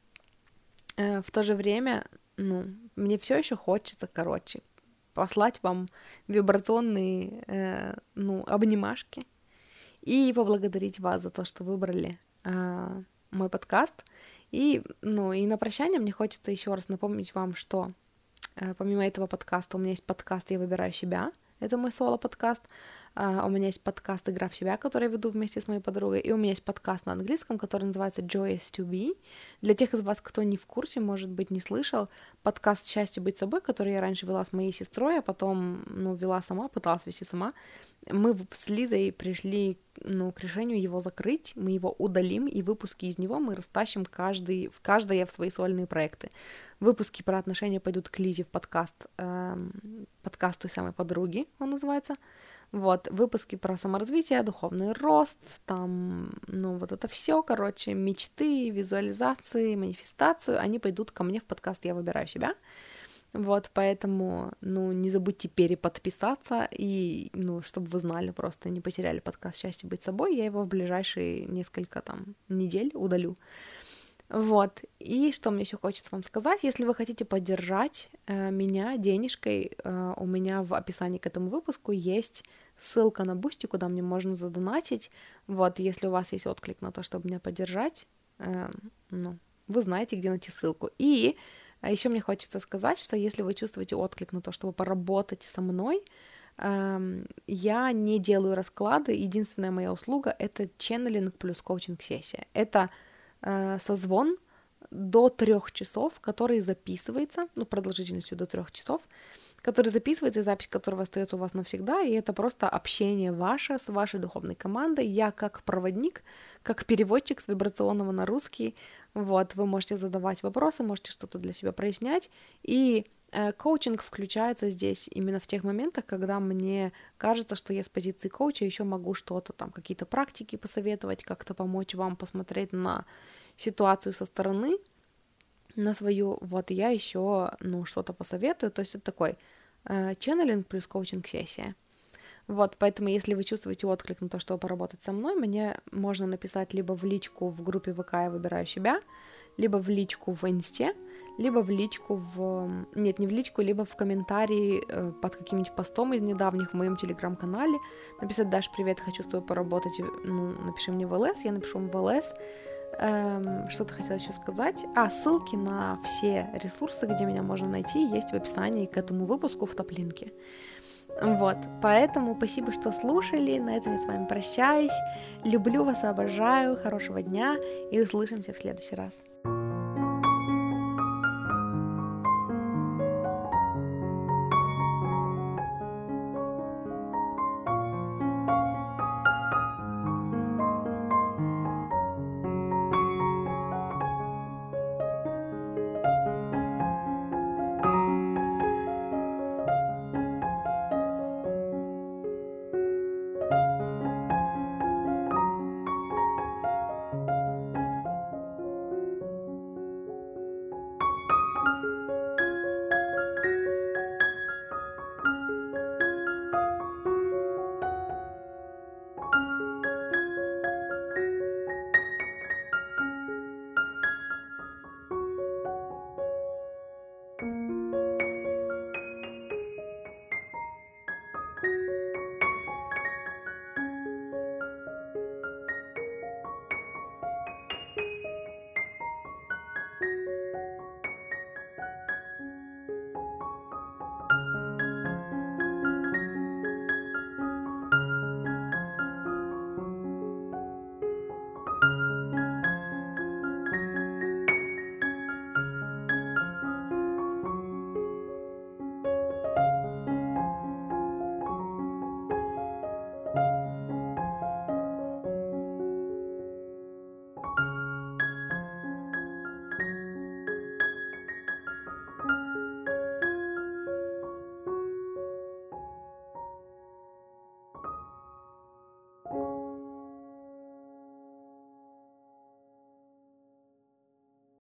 в то же время, мне все еще хочется, послать вам вибрационные, обнимашки и поблагодарить вас за то, что выбрали мой подкаст. И на прощание мне хочется еще раз напомнить вам, что помимо этого подкаста у меня есть подкаст «Я выбираю себя». Это мой соло-подкаст. У меня есть подкаст «Игра в себя», который я веду вместе с моей подругой. И у меня есть подкаст на английском, который называется «Joyous to be». Для тех из вас, кто не в курсе, может быть, не слышал, подкаст «Счастье быть собой», который я раньше вела с моей сестрой, а потом вела сама, пыталась вести сама. Мы с Лизой пришли к решению его закрыть, мы его удалим, и выпуски из него мы растащим каждое в свои сольные проекты. Выпуски про отношения пойдут к Лизе в подкаст той самой подруги, он называется. Вот, выпуски про саморазвитие, духовный рост, там, вот это все, мечты, визуализации, манифестацию, они пойдут ко мне в подкаст «Я выбираю себя». Вот, поэтому, не забудьте переподписаться, и, чтобы вы знали, просто не потеряли подкаст «Счастье быть собой», я его в ближайшие несколько недель удалю. Вот, и что мне еще хочется вам сказать, если вы хотите поддержать меня денежкой, у меня в описании к этому выпуску есть ссылка на Бусти, куда мне можно задонатить, вот, если у вас есть отклик на то, чтобы меня поддержать, вы знаете, где найти ссылку. И еще мне хочется сказать, что если вы чувствуете отклик на то, чтобы поработать со мной, я не делаю расклады, единственная моя услуга — это ченнелинг плюс коучинг-сессия. Это созвон до 3 часов, который записывается, ну, продолжительностью до 3 часов, который записывается, и запись которого остается у вас навсегда, и это просто общение ваше с вашей духовной командой. Я как проводник, как переводчик с вибрационного на русский, вот, вы можете задавать вопросы, можете что-то для себя прояснять, и коучинг включается здесь именно в тех моментах, когда мне кажется, что я с позиции коуча еще могу что-то там, какие-то практики посоветовать, как-то помочь вам посмотреть на ситуацию со стороны, на свою, вот, я еще, ну, что-то посоветую, то есть это такой ченнелинг плюс коучинг-сессия. Вот, поэтому, если вы чувствуете отклик на то, чтобы поработать со мной, мне можно написать либо в личку в группе ВК «Я выбираю себя», либо в личку в Инсте, либо в личку в... Нет, не в личку, либо в комментарии под каким-нибудь постом из недавних в моем телеграм-канале. Написать: «Даш, привет, хочу с тобой поработать», ну, напиши мне в ЛС, я напишу в ЛС. Что-то хотела еще сказать. Ссылки на все ресурсы, где меня можно найти, есть в описании к этому выпуску в топ-линке. Вот, поэтому спасибо, что слушали, на этом я с вами прощаюсь. Люблю вас, обожаю, хорошего дня и услышимся в следующий раз.